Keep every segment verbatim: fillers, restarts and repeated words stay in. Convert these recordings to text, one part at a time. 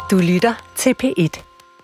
Du lytter til P et.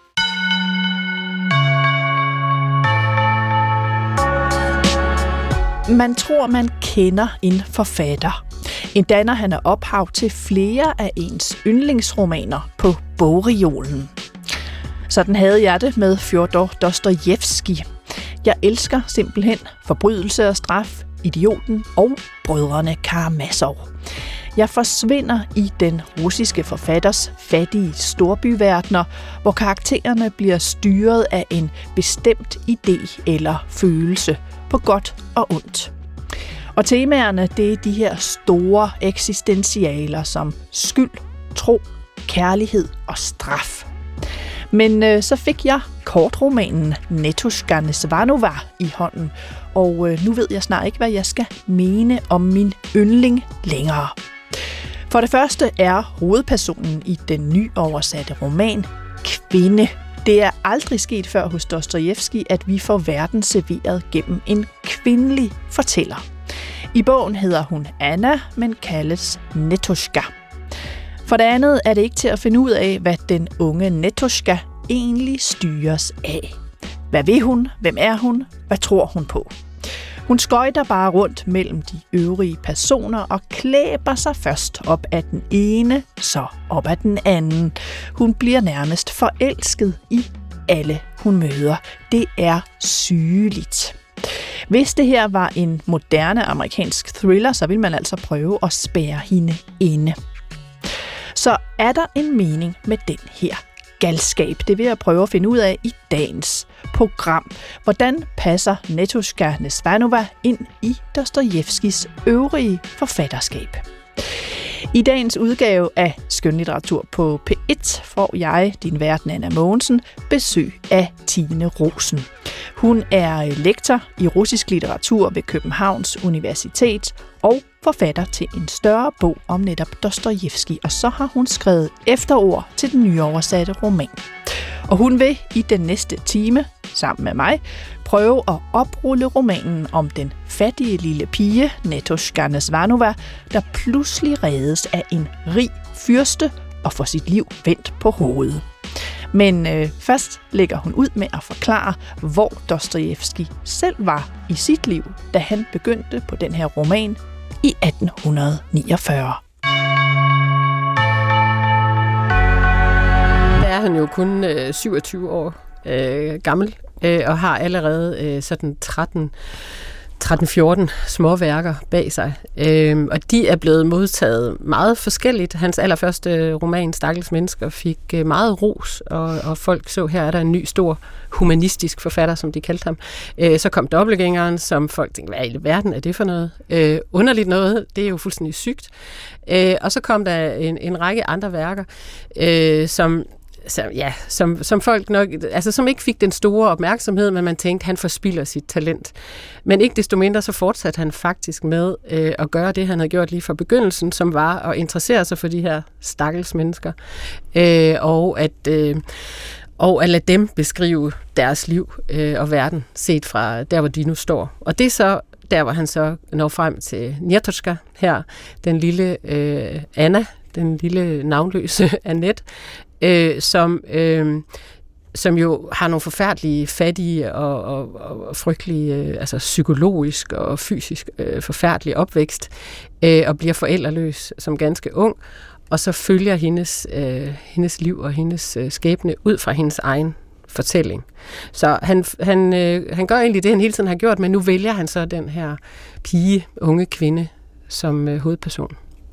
Man tror, man kender en forfatter. Endda når han er ophav til flere af ens yndlingsromaner på bogreolen. Sådan havde jeg det med Fjodor Dostojevskij. Jeg elsker simpelthen Forbrydelse og straf, Idioten og Brødrene Karamazov. Jeg forsvinder i den russiske forfatters fattige storbyverdener, hvor karaktererne bliver styret af en bestemt idé eller følelse, på godt og ondt. Og temaerne, det er de her store eksistentialer som skyld, tro, kærlighed og straf. Men øh, så fik jeg kortromanen Netushka Nesvanova i hånden, og øh, nu ved jeg snart ikke, hvad jeg skal mene om min yndling længere. For det første er hovedpersonen i den nyoversatte roman kvinde. Det er aldrig sket før hos Dostojevskij, at vi får verden serveret gennem en kvindelig fortæller. I bogen hedder hun Anna, men kaldes Netushka. For det andet er det ikke til at finde ud af, hvad den unge Netushka egentlig styres af. Hvad vil hun? Hvem er hun? Hvad tror hun på? Hun skøjter bare rundt mellem de øvrige personer og klæber sig først op af den ene, så op af den anden. Hun bliver nærmest forelsket i alle, hun møder. Det er sygeligt. Hvis det her var en moderne amerikansk thriller, så vil man altså prøve at spærre hende inde. Så er der en mening med den her galskab? Det vil jeg prøve at finde ud af i dagens program. Hvordan passer Netushka Nesvanova ind i Dostojevskijs øvrige forfatterskab? I dagens udgave af Skønlitteratur på P et får jeg, din vært Nanna Mogensen, besøg af Tine Rosen. Hun er lektor i russisk litteratur ved Københavns Universitet og forfatter til en større bog om netop Dostojevskij, og så har hun skrevet efterord til den nyoversatte roman. Og hun vil i den næste time, sammen med mig, prøve at oprulle romanen om den fattige lille pige, Netushka Nesvanova, der pludselig reddes af en rig fyrste og får sit liv vendt på hovedet. Men øh, først lægger hun ud med at forklare, hvor Dostojevskij selv var i sit liv, da han begyndte på den her roman i atten niogfyrre. Der er han jo kun øh, syvogtyve år øh, gammel øh, og har allerede øh, sådan tretten fjorten små værker bag sig. Øhm, og de er blevet modtaget meget forskelligt. Hans allerførste roman, Stakkels mennesker, fik øh, meget ros, og, og folk så, her er der en ny, stor humanistisk forfatter, som de kaldte ham. Øh, så kom Dobbeltgængeren, som folk tænkte, hvad i verden er det for noget? Øh, underligt noget, det er jo fuldstændig sygt. Øh, og så kom der en, en række andre værker, øh, som Så, ja, som, som folk nok, altså som ikke fik den store opmærksomhed, men man tænkte, han forspilder sit talent. Men ikke desto mindre, så fortsatte han faktisk med øh, at gøre det, han havde gjort lige fra begyndelsen, som var at interessere sig for de her stakkels mennesker, øh, og at øh, og at lade dem beskrive deres liv øh, og verden, set fra der, hvor de nu står. Og det er så der, hvor han så når frem til Netushka her, den lille øh, Anna, den lille navnløse Annette, Øh, som, øh, som jo har nogle forfærdelige, fattige og, og, og frygtelige, øh, altså psykologisk og fysisk øh, forfærdelig opvækst, øh, og bliver forældreløs som ganske ung, og så følger hendes, øh, hendes liv og hendes øh, skæbne ud fra hendes egen fortælling. Så han, han, øh, han gør egentlig det, han hele tiden har gjort, men nu vælger han så den her pige, unge kvinde, som øh, hovedperson.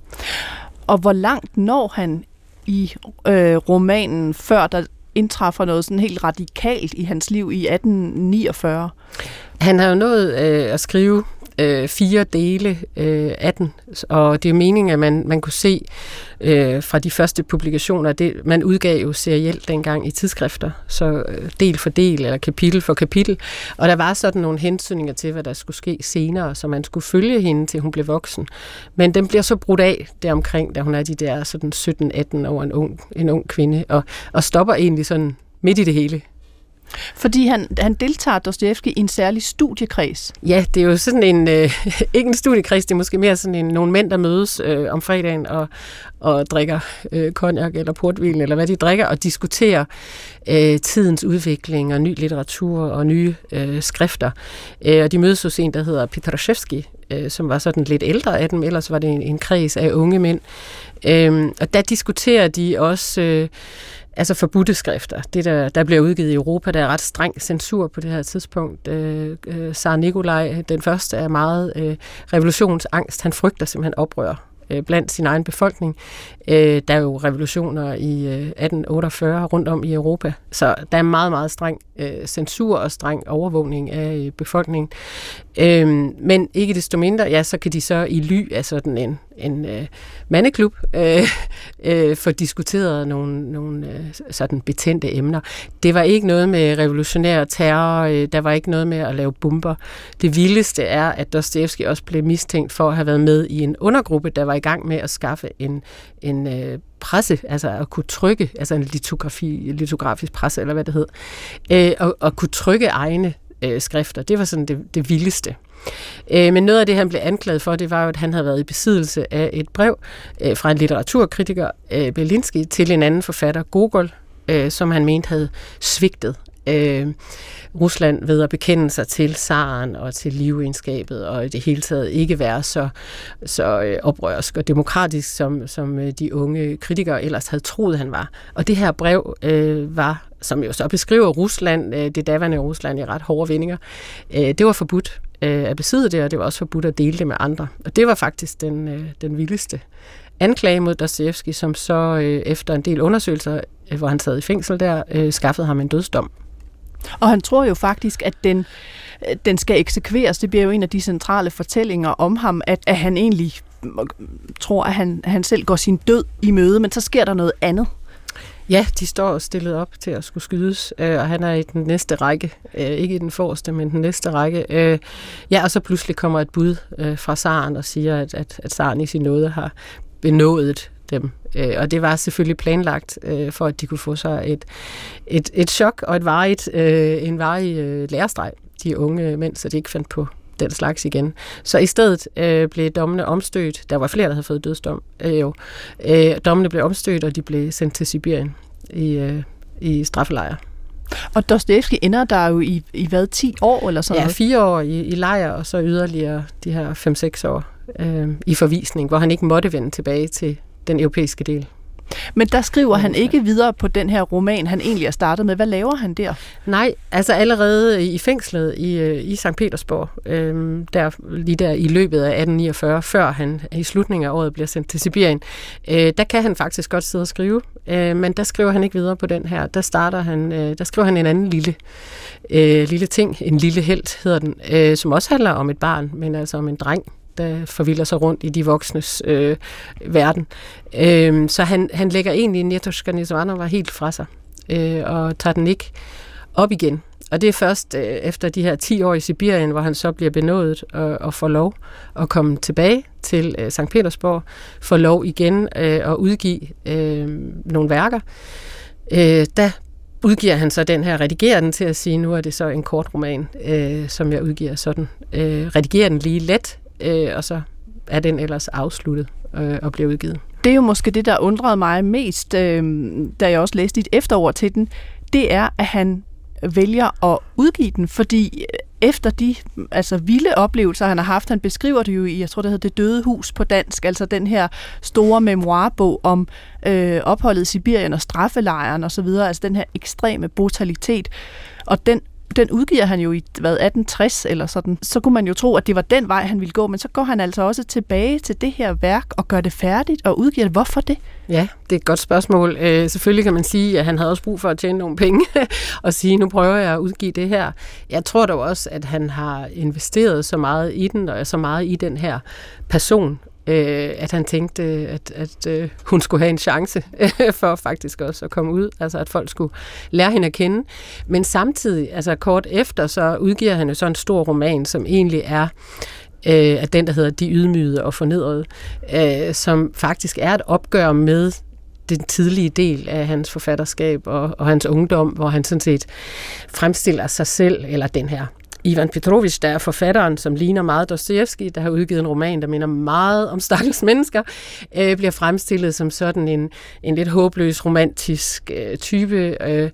Og hvor langt når han i øh, romanen, før der indtræffer noget sådan helt radikalt i hans liv i atten niogfyrre? Han har jo nået øh, at skrive øh, fire dele øh, af den, og det er meningen, at man, man kunne se øh, fra de første publikationer, det, man udgav jo serielt dengang i tidsskrifter, så øh, del for del, eller kapitel for kapitel, og der var sådan nogle hensynninger til, hvad der skulle ske senere, så man skulle følge hende, til hun blev voksen. Men den bliver så brudt af deromkring, da hun er de der sådan sytten atten år, en ung, en ung kvinde, og, og stopper egentlig sådan midt i det hele. Fordi han, han deltager, Dostojevskij, i en særlig studiekreds. Ja, det er jo sådan en, øh, ikke en studiekreds, det er måske mere sådan en, nogle mænd, der mødes øh, om fredagen og, og drikker øh, cognac eller portvin, eller hvad de drikker, og diskuterer øh, tidens udvikling og ny litteratur og nye øh, skrifter. Øh, og de mødes hos en, der hedder Petrashevskij, øh, som var sådan lidt ældre af dem, ellers var det en, en kreds af unge mænd. Øh, og der diskuterer de også Øh, altså forbudte skrifter. Det, der, der bliver udgivet i Europa, der er ret streng censur på det her tidspunkt. Øh, øh, Tsar Nikolaj, den første, er meget øh, revolutionsangst. Han frygter simpelthen oprør øh, blandt sin egen befolkning. Øh, der er jo revolutioner i øh, atten otteogfyrre rundt om i Europa, så der er meget, meget streng øh, censur og streng overvågning af øh, befolkningen. Øh, men ikke desto mindre, ja, så kan de så i ly af sådan en, en øh, mandeklub øh, øh, få diskuteret nogle, nogle øh, sådan betændte emner. Det var ikke noget med revolutionær terror, øh, der var ikke noget med at lave bomber. Det vildeste er, at Dostojevskij også blev mistænkt for at have været med i en undergruppe, der var i gang med at skaffe en, en øh, presse, altså at kunne trykke, altså en litografi, litografisk presse, eller hvad det hed, øh, og, og kunne trykke egne øh, skrifter. Det var sådan det, det vildeste. Øh, men noget af det, han blev anklaget for, det var jo, at han havde været i besiddelse af et brev øh, fra en litteraturkritiker, øh, Belinsky, til en anden forfatter, Gogol, øh, som han mente havde svigtet øh, Rusland ved at bekende sig til zaren og til livegenskabet, og i det hele taget ikke være så, så øh, oprørsk og demokratisk, som, som øh, de unge kritikere ellers havde troet, han var. Og det her brev øh, var, som jo så beskriver Rusland, øh, det daværende Rusland i ret hårde vendinger, øh, det var forbudt øh, at besidde det, og det var også forbudt at dele det med andre. Og det var faktisk den, øh, den vildeste anklage mod Dostojevskij, som så øh, efter en del undersøgelser, øh, hvor han sad i fængsel der, øh, skaffede ham en dødsdom. Og han tror jo faktisk, at den, den skal eksekveres. Det bliver jo en af de centrale fortællinger om ham, at, at han egentlig tror, at han, at han selv går sin død i møde, men så sker der noget andet. Ja, de står stillet op til at skulle skydes, øh, og han er i den næste række. Øh, ikke i den forreste, men den næste række. Øh, ja, og så pludselig kommer et bud øh, fra zaren og siger, at, at, at zaren i sin nåde har benådet dem. Øh, og det var selvfølgelig planlagt, øh, for at de kunne få sig et, et, et chok og et varigt, øh, en varig øh, lærestreg, de unge mænd, så de ikke fandt på den slags igen. Så i stedet øh, blev dommene omstødt. Der var flere, der havde fået dødsdom. Øh, jo. Øh, dommene blev omstødt, og de blev sendt til Sibirien i, øh, i straffelejre. Og Dostojevskij ender der jo i, i hvad, ti år eller sådan ja, noget? Ja, fire år i, i lejr, og så yderligere de her fem seks år øh, i forvisning, hvor han ikke måtte vende tilbage til den europæiske del. Men der skriver han ikke videre på den her roman, han egentlig er startet med. Hvad laver han der? Nej, altså allerede i fængslet i, i Sankt Petersborg, øh, der, lige der i løbet af atten niogfyrre, før han i slutningen af året bliver sendt til Sibirien, øh, der kan han faktisk godt sidde og skrive, øh, men der skriver han ikke videre på den her. Der starter han, øh, der skriver han en anden lille, øh, lille ting, en lille helt hedder den, øh, som også handler om et barn, men altså om en dreng, der forvilder sig rundt i de voksnes øh, verden. Øh, så han, han lægger egentlig Netochka Nezavanova helt fra sig, øh, og tager den ikke op igen. Og det er først øh, efter de her ti år i Sibirien, hvor han så bliver benådet og, og får lov at komme tilbage til øh, Sankt Petersborg, får lov igen øh, at udgive øh, nogle værker. Øh, der udgiver han så den her, redigerer den til at sige, nu er det så en kort roman, øh, som jeg udgiver sådan. Øh, redigerer den lige let, Øh, og så er den ellers afsluttet øh, og bliver udgivet. Det er jo måske det, der undrede mig mest, øh, da jeg også læste et efterord til den, det er, at han vælger at udgive den, fordi efter de altså vilde oplevelser, han har haft, han beskriver det jo i, jeg tror, det hedder Det Døde Hus på dansk, altså den her store memoirbog om øh, opholdet i Sibirien og straffelejren osv., altså den her ekstreme brutalitet, og den Den udgiver han jo i hvad, atten tres eller sådan. Så kunne man jo tro, at det var den vej, han ville gå, men så går han altså også tilbage til det her værk og gør det færdigt og udgiver det. Hvorfor det? Ja, det er et godt spørgsmål. Øh, selvfølgelig kan man sige, at han havde også brug for at tjene nogle penge og sige, nu prøver jeg at udgive det her. Jeg tror dog også, at han har investeret så meget i den, og så meget i den her person, øh, at han tænkte, at, at øh, hun skulle have en chance for faktisk også at komme ud, altså at folk skulle lære hende at kende. Men samtidig, altså kort efter, så udgiver han jo så en stor roman, som egentlig er øh, at den, der hedder De ydmygede og fornedrede, øh, som faktisk er et opgør med den tidlige del af hans forfatterskab og, og hans ungdom, hvor han sådan set fremstiller sig selv, eller den her Ivan Petrovich, der er forfatteren, som ligner meget Dostojevskij, der har udgivet en roman, der minder meget om stakkels mennesker, øh, bliver fremstillet som sådan en, en lidt håbløs, romantisk øh, type, øh,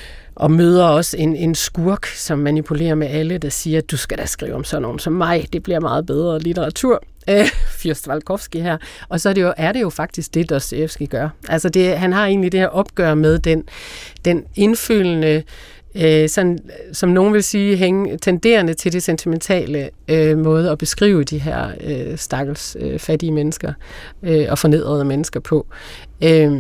og møder også en, en skurk, som manipulerer med alle, der siger, du skal da skrive om sådan nogen som mig, det bliver meget bedre litteratur. Øh, Fyrst Valkovskij her. Og så er det jo, er det jo faktisk det, Dostojevskij gør. Altså det, han har egentlig det her opgør med den, den indfølende, øh, sådan, som nogen vil sige, hænge, tenderende til det sentimentale øh, måde at beskrive de her øh, stakkels øh, fattige mennesker øh, og fornedrede mennesker på. Øh,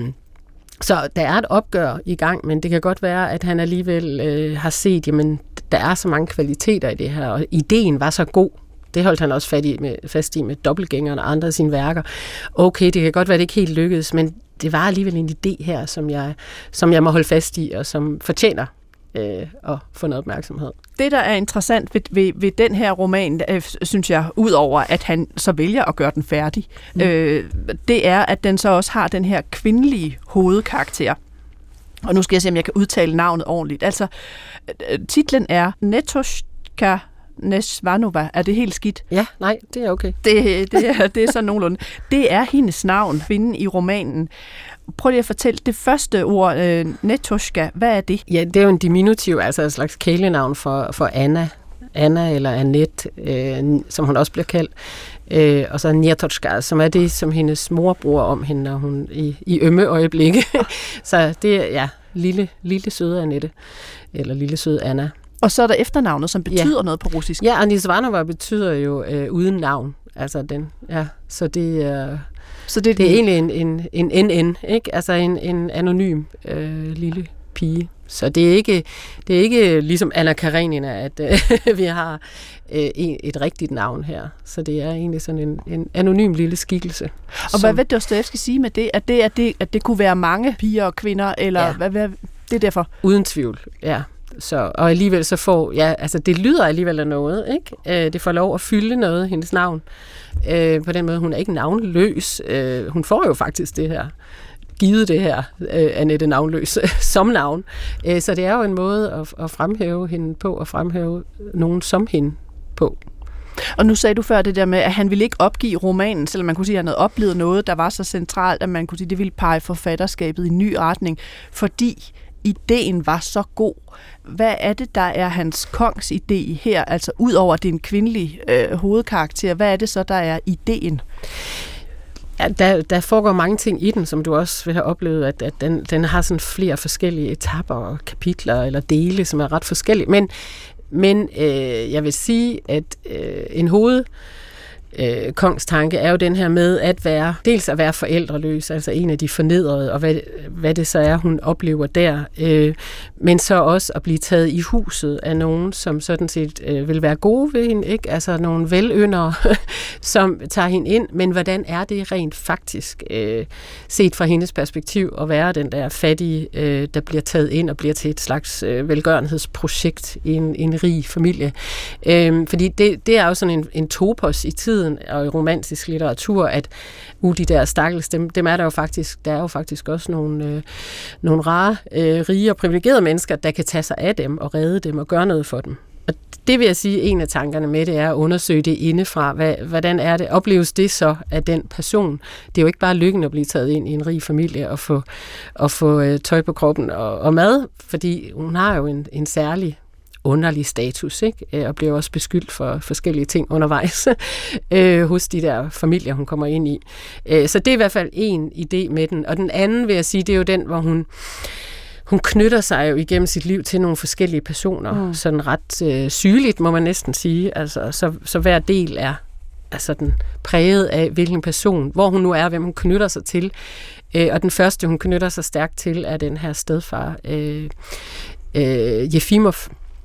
Så der er et opgør i gang, men det kan godt være, at han alligevel øh, har set, jamen, der er så mange kvaliteter i det her, og ideen var så god. Det holdt han også fast i med, fast i med Dobbeltgængeren og andre af sine værker. Okay, det kan godt være, det ikke helt lykkedes, men det var alligevel en idé her, som jeg, som jeg må holde fast i, og som fortjener øh, at få noget opmærksomhed. Det, der er interessant ved, ved, ved den her roman, øh, synes jeg, udover at han så vælger at gøre den færdig, mm. øh, det er, at den så også har den her kvindelige hovedkarakter. Og nu skal jeg se, om jeg kan udtale navnet ordentligt. Altså, øh, titlen er Netochka Nesvanova. Er det helt skidt? Ja, nej, det er okay. Det, det, er, det er så nogenlunde. Det er hendes navn, kvinden i romanen. Prøv lige at fortælle det første ord, øh, Netochka. Hvad er det? Ja, det er jo en diminutiv, altså et slags kælenavn for, for Anna. Anna eller Annette, øh, som hun også bliver kaldt. Øh, og så Netochka, som er det, som hendes mor bruger om hende, når hun i, i ømme øjeblikke. Så det er, ja, lille, lille søde Annette. Eller lille søde Anna. Og så er der efternavnet, som betyder ja. noget på russisk. Ja, og Nesvanova betyder jo øh, uden navn. Altså den, ja, så det er... Så det, det er egentlig en, en, en N N, ikke? Altså en, en anonym øh, lille pige. Så det er ikke, det er ikke ligesom Anna Karenina, at øh, vi har øh, en, et rigtigt navn her. Så det er egentlig sådan en, en anonym lille skikkelse. Og som, hvad vil Dostojevskij sige med det? At det, at det, at det kunne være mange piger og kvinder, eller ja. hvad, hvad, det er derfor? Uden tvivl, ja. Så, og alligevel så får, ja, altså det lyder alligevel af noget, ikke? Øh, det får lov at fylde noget, hendes navn. Øh, på den måde, hun er ikke navnløs. Øh, hun får jo faktisk det her, givet det her, øh, Annette navnløs, som navn. Øh, så det er jo en måde at, at fremhæve hende på, og fremhæve nogen som hende på. Og nu sagde du før det der med, at han ville ikke opgive romanen, selvom man kunne sige, at han havde oplevet noget, der var så centralt, at man kunne sige, at det ville pege forfatterskabet i en ny retning, fordi ideen var så god. Hvad er det, der er hans kongs idé her? Altså ud over din kvindelige øh, hovedkarakter, hvad er det så, der er ideen? Ja, der, der foregår mange ting i den, som du også vil have oplevet, at, at den, den har sådan flere forskellige etapper og kapitler eller dele, som er ret forskellige. Men, men øh, jeg vil sige, at øh, en hoved Øh, kongs tanke er jo den her med at være, dels at være forældreløs, altså en af de fornedrede, og hvad, hvad det så er, hun oplever der, øh, men så også at blive taget i huset af nogen, som sådan set øh, vil være gode ved hende, ikke? Altså nogle veløndere, som tager hende ind, men hvordan er det rent faktisk, øh, set fra hendes perspektiv, at være den der fattige, øh, der bliver taget ind og bliver til et slags øh, velgørenhedsprojekt i en, en rig familie. Øh, fordi det, det er jo sådan en, en topos i tiden, og i romantisk litteratur, at uh, de der stakkels, dem, dem er der jo faktisk, der er jo faktisk også nogle, øh, nogle rare, øh, rige og privilegerede mennesker, der kan tage sig af dem og redde dem og gøre noget for dem. Og det vil jeg sige, en af tankerne med det er at undersøge det indefra. Hvad, hvordan er det? Opleves det så af den person? Det er jo ikke bare lykken at blive taget ind i en rig familie og få, og få øh, tøj på kroppen og, og mad, fordi hun har jo en, en særlig underlig status, ikke? Og bliver også beskyldt for forskellige ting undervejs øh, hos de der familier, hun kommer ind i. Øh, så det er i hvert fald en idé med den. Og den anden, vil jeg sige, det er jo den, hvor hun hun knytter sig jo igennem sit liv til nogle forskellige personer. Mm. Sådan ret øh, sygeligt, må man næsten sige. Altså, så, så hver del er altså den præget af, hvilken person, hvor hun nu er, hvem hun knytter sig til. Øh, og den første, hun knytter sig stærkt til, er den her stedfar, øh, øh, Jefimov,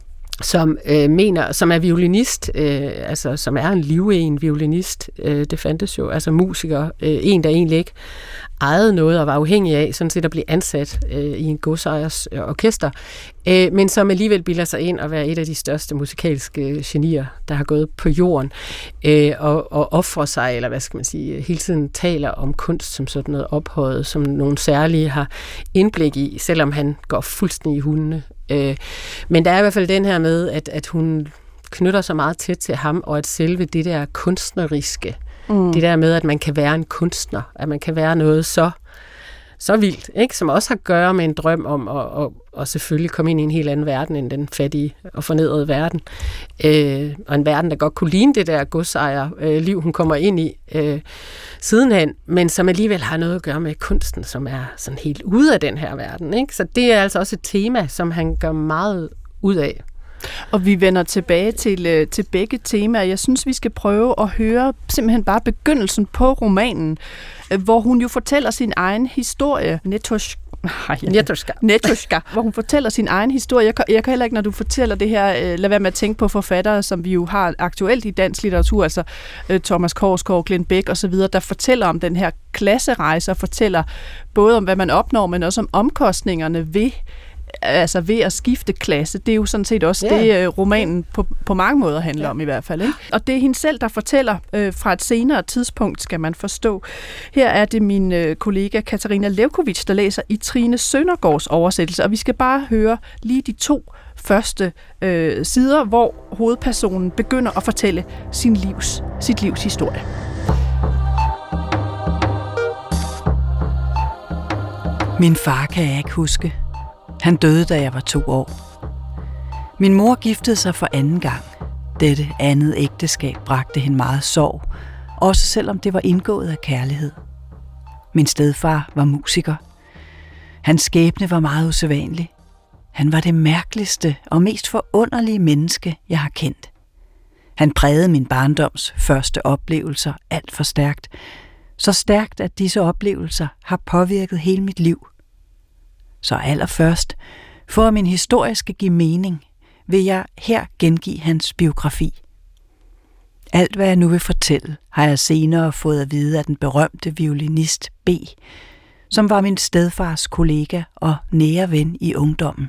som øh, mener, som er violinist, øh, altså som er en livegen violinist, øh, det fandtes jo, altså musiker, øh, en der egentlig ikke ejede noget og var afhængig af, sådan set at blive ansat øh, i en godsejers øh, orkester, øh, men som alligevel bilder sig ind og være et af de største musikalske genier, der har gået på jorden, øh, og, og offrer sig, eller hvad skal man sige, hele tiden taler om kunst som sådan noget ophøjet, som nogle særlige har indblik i, selvom han går fuldstændig i hundene. Øh, men der er i hvert fald den her med, at, at hun knytter sig meget tæt til ham, og at selve det der kunstneriske, mm. det der med, at man kan være en kunstner, at man kan være noget så, så vildt, ikke? Som også har at gøre med en drøm om at, at, at selvfølgelig komme ind i en helt anden verden, end den fattige og fornedrede verden. Øh, og en verden, der godt kunne ligne det der godsejer-liv, hun kommer ind i øh, sidenhen, men som alligevel har noget at gøre med kunsten, som er sådan helt ude af den her verden. Ikke? Så det er altså også et tema, som han gør meget ud af. Og vi vender tilbage til, til begge temaer. Jeg synes, vi skal prøve at høre simpelthen bare begyndelsen på romanen, hvor hun jo fortæller sin egen historie. Netosh Netoshka. Netoshka, hvor hun fortæller sin egen historie. Jeg kan, jeg kan heller ikke, når du fortæller det her, øh, lade være med at tænke på forfattere, som vi jo har aktuelt i dansk litteratur, altså øh, Thomas Korsgaard, Glenn Bæk og så videre, der fortæller om den her klasserejse og fortæller både om, hvad man opnår, men også om omkostningerne ved altså ved at skifte klasse. Det er jo sådan set også yeah. det, romanen på, på mange måder handler yeah. om i hvert fald. Ikke? Og det er hende selv, der fortæller øh, fra et senere tidspunkt, skal man forstå. Her er det min øh, kollega Katarina Levkovic, der læser i Trine Søndergaards oversættelse, og vi skal bare høre lige de to første øh, sider, hvor hovedpersonen begynder at fortælle sin livs, sit livs historie. Min far kan jeg ikke huske. Han døde, da jeg var to år. Min mor giftede sig for anden gang. Dette andet ægteskab bragte hende meget sorg, også selvom det var indgået af kærlighed. Min stedfar var musiker. Hans skæbne var meget usædvanlig. Han var det mærkeligste og mest forunderlige menneske, jeg har kendt. Han prægede min barndoms første oplevelser alt for stærkt, så stærkt, at disse oplevelser har påvirket hele mit liv. Så allerførst, for at min historie skal give mening, vil jeg her gengive hans biografi. Alt, hvad jeg nu vil fortælle, har jeg senere fået at vide af den berømte violinist B., som var min stedfars kollega og nære ven i ungdommen.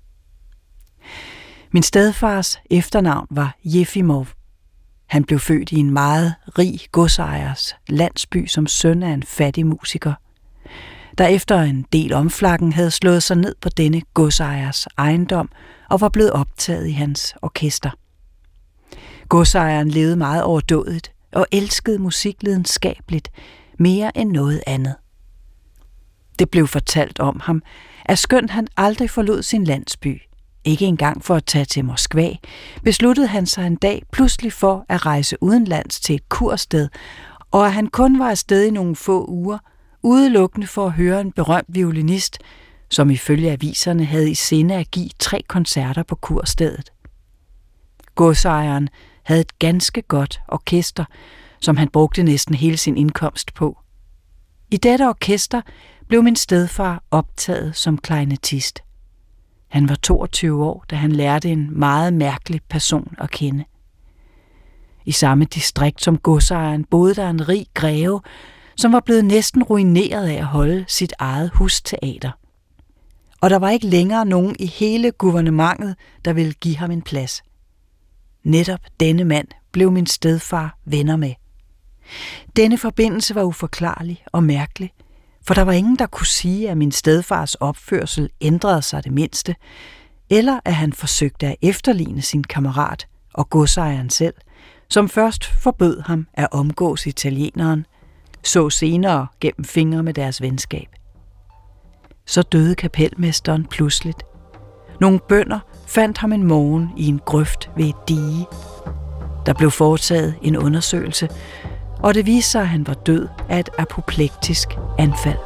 Min stedfars efternavn var Jefimov. Han blev født i en meget rig godsejers landsby som søn af en fattig musiker, der efter en del omflakken havde slået sig ned på denne godsejers ejendom og var blevet optaget i hans orkester. Godsejeren levede meget overdådigt og elskede musik lidenskabeligt mere end noget andet. Det blev fortalt om ham, at skønt han aldrig forlod sin landsby, ikke engang for at tage til Moskva, besluttede han sig en dag pludselig for at rejse udenlands til et kursted, og at han kun var afsted i nogle få uger, udelukkende for at høre en berømt violinist, som ifølge aviserne havde i sinde at give tre koncerter på kurstedet. Godsejeren havde et ganske godt orkester, som han brugte næsten hele sin indkomst på. I dette orkester blev min stedfar optaget som klarinettist. Han var toogtyve år, da han lærte en meget mærkelig person at kende. I samme distrikt som godsejeren boede der en rig greve, som var blevet næsten ruineret af at holde sit eget husteater. Og der var ikke længere nogen i hele guvernementet, der ville give ham en plads. Netop denne mand blev min stedfar venner med. Denne forbindelse var uforklarlig og mærkelig, for der var ingen, der kunne sige, at min stedfars opførsel ændrede sig det mindste, eller at han forsøgte at efterligne sin kammerat og godsejeren selv, som først forbød ham at omgås italieneren, så senere gennem fingre med deres venskab. Så døde kapelmesteren pludseligt. Nogle bønder fandt ham en morgen i en grøft ved et dige. Der blev foretaget en undersøgelse, og det viste sig, at han var død af et apoplektisk anfald.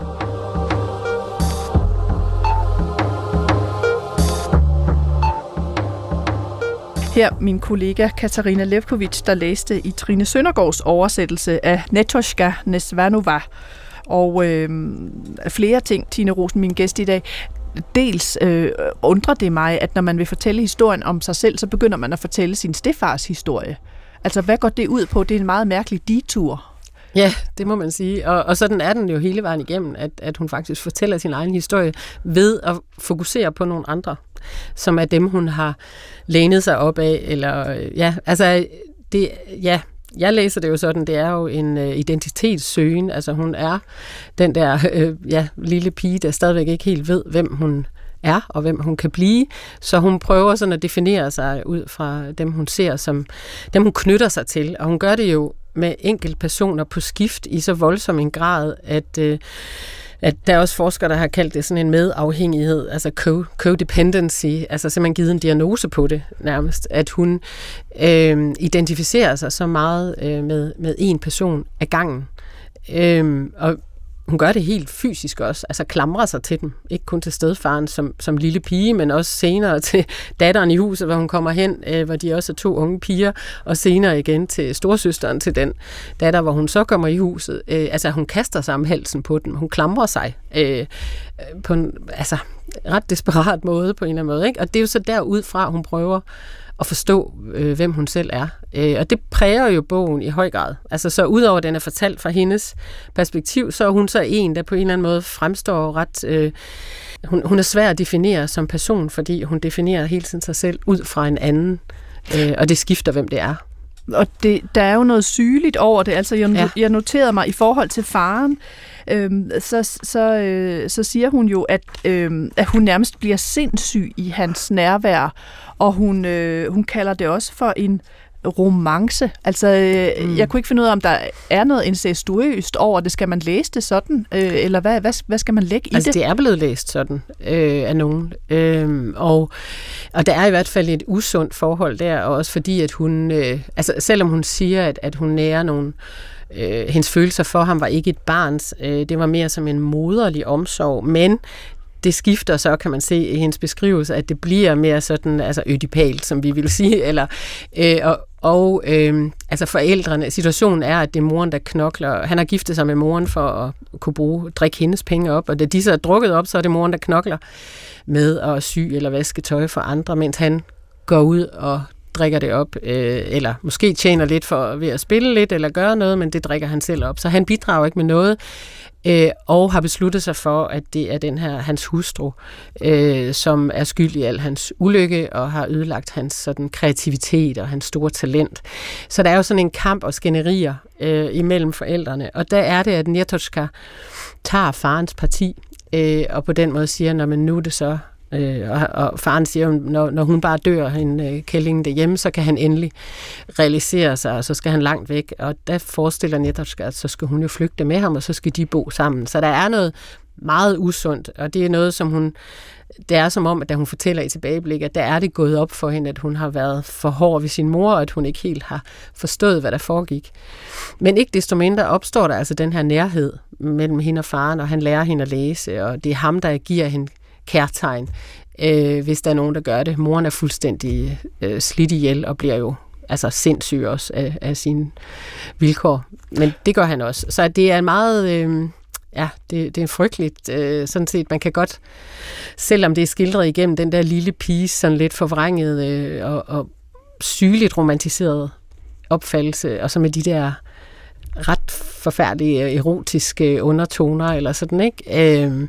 Her min kollega Katarina Levkovic, der læste i Trine Søndergaards oversættelse af Netoshka Nesvanova. Og øh, flere ting, Tine Rosen, min gæst i dag. dels øh, undrer det mig, at når man vil fortælle historien om sig selv, så begynder man at fortælle sin stefars historie. Altså, hvad går det ud på? Det er en meget mærkelig detur. Ja, det må man sige. Og, og sådan er den jo hele vejen igennem, at, at hun faktisk fortæller sin egen historie ved at fokusere på nogle andre, som er dem, hun har lænet sig op af. Eller, ja, altså, det, ja, jeg læser det jo sådan, det er jo en uh, identitetssøgen. Altså, hun er den der uh, ja, lille pige, der stadigvæk ikke helt ved, hvem hun er, og hvem hun kan blive. Så hun prøver sådan at definere sig ud fra dem, hun ser som dem, hun knytter sig til. Og hun gør det jo med enkelte personer på skift i så voldsom en grad, at, øh, at der er også forskere, der har kaldt det sådan en medafhængighed, altså codependency, altså simpelthen givet en diagnose på det nærmest, at hun øh, identificerer sig så meget øh, med, med en person ad gangen. Øh, og hun gør det helt fysisk også, altså klamrer sig til dem. Ikke kun til stedfaren som, som lille pige, men også senere til datteren i huset, hvor hun kommer hen, øh, hvor de også er to unge piger, og senere igen til storsøsteren, til den datter, hvor hun så kommer i huset. Øh, altså hun kaster sig om halsen på dem, hun klamrer sig øh, på en altså, ret desperat måde på en eller anden måde. Ikke? Og det er jo så derudfra, hun prøver at forstå, øh, hvem hun selv er. Øh, og det præger jo bogen i høj grad. Altså så udover at den er fortalt fra hendes perspektiv, så er hun så en, der på en eller anden måde fremstår ret... Øh, hun, hun er svær at definere som person, fordi hun definerer hele tiden sig selv ud fra en anden, øh, og det skifter, hvem det er. Og det, der er jo noget sygeligt over det. Altså, jeg, ja. jeg noterede mig i forhold til faren, øhm, så, så, øh, så siger hun jo, at, øh, at hun nærmest bliver sindssyg i hans nærvær, og hun, øh, hun kalder det også for en romance. Altså, øh, mm. jeg kunne ikke finde ud af, om der er noget incestuøst over det. Skal man læse det sådan? Øh, eller hvad, hvad, hvad skal man lægge i altså, det? det er blevet læst sådan øh, af nogen. Øh, og, og der er i hvert fald et usundt forhold der, og også fordi, at hun, øh, altså selvom hun siger, at, at hun nærer nogle øh, hendes følelser for ham var ikke et barns, øh, det var mere som en moderlig omsorg, men det skifter så, kan man se i hendes beskrivelse, at det bliver mere sådan, altså ødipalt, som vi vil sige, eller, øh, og, og øh, altså forældrene, situationen er, at det er moren, der knokler. Han har giftet sig med moren for at kunne bruge, drikke hendes penge op, og da de så er drukket op, så er det moren, der knokler med at sy eller vaske tøj for andre, mens han går ud og drikker det op, øh, eller måske tjener lidt for ved at spille lidt, eller gøre noget, men det drikker han selv op. Så han bidrager ikke med noget, øh, og har besluttet sig for, at det er den her, hans hustru, øh, som er skyld i al hans ulykke, og har ødelagt hans sådan, kreativitet og hans store talent. Så der er jo sådan en kamp og skænderier øh, imellem forældrene, og der er det, at Nietochka tager farens parti, øh, og på den måde siger, når man nu er det så Øh, og, og faren siger, at når, når hun bare dør, en øh, kællingen derhjemme, så kan han endelig realisere sig, og så skal han langt væk. Og der forestiller Nietochka, at så skal hun jo flygte med ham, og så skal de bo sammen. Så der er noget meget usundt, og det er noget, som hun... Det er som om, at da hun fortæller i tilbageblik, at der er det gået op for hende, at hun har været for hård ved sin mor, og at hun ikke helt har forstået, hvad der foregik. Men ikke desto mindre opstår der altså den her nærhed mellem hende og faren, og han lærer hende at læse, og det er ham, der giver hende kærtegn, øh, hvis der er nogen, der gør det. Moren er fuldstændig øh, slidt ihjel og bliver jo altså sindssyg også af, af sine vilkår. Men det gør han også. Så det er en meget... Øh, ja, det, det er frygteligt. Øh, sådan set, man kan godt, selvom det er skildret igennem den der lille pige, sådan lidt forvrænget øh, og, og sygeligt romantiseret opfattelse, og så med de der ret forfærdelige erotiske undertoner, eller sådan, ikke? Øh,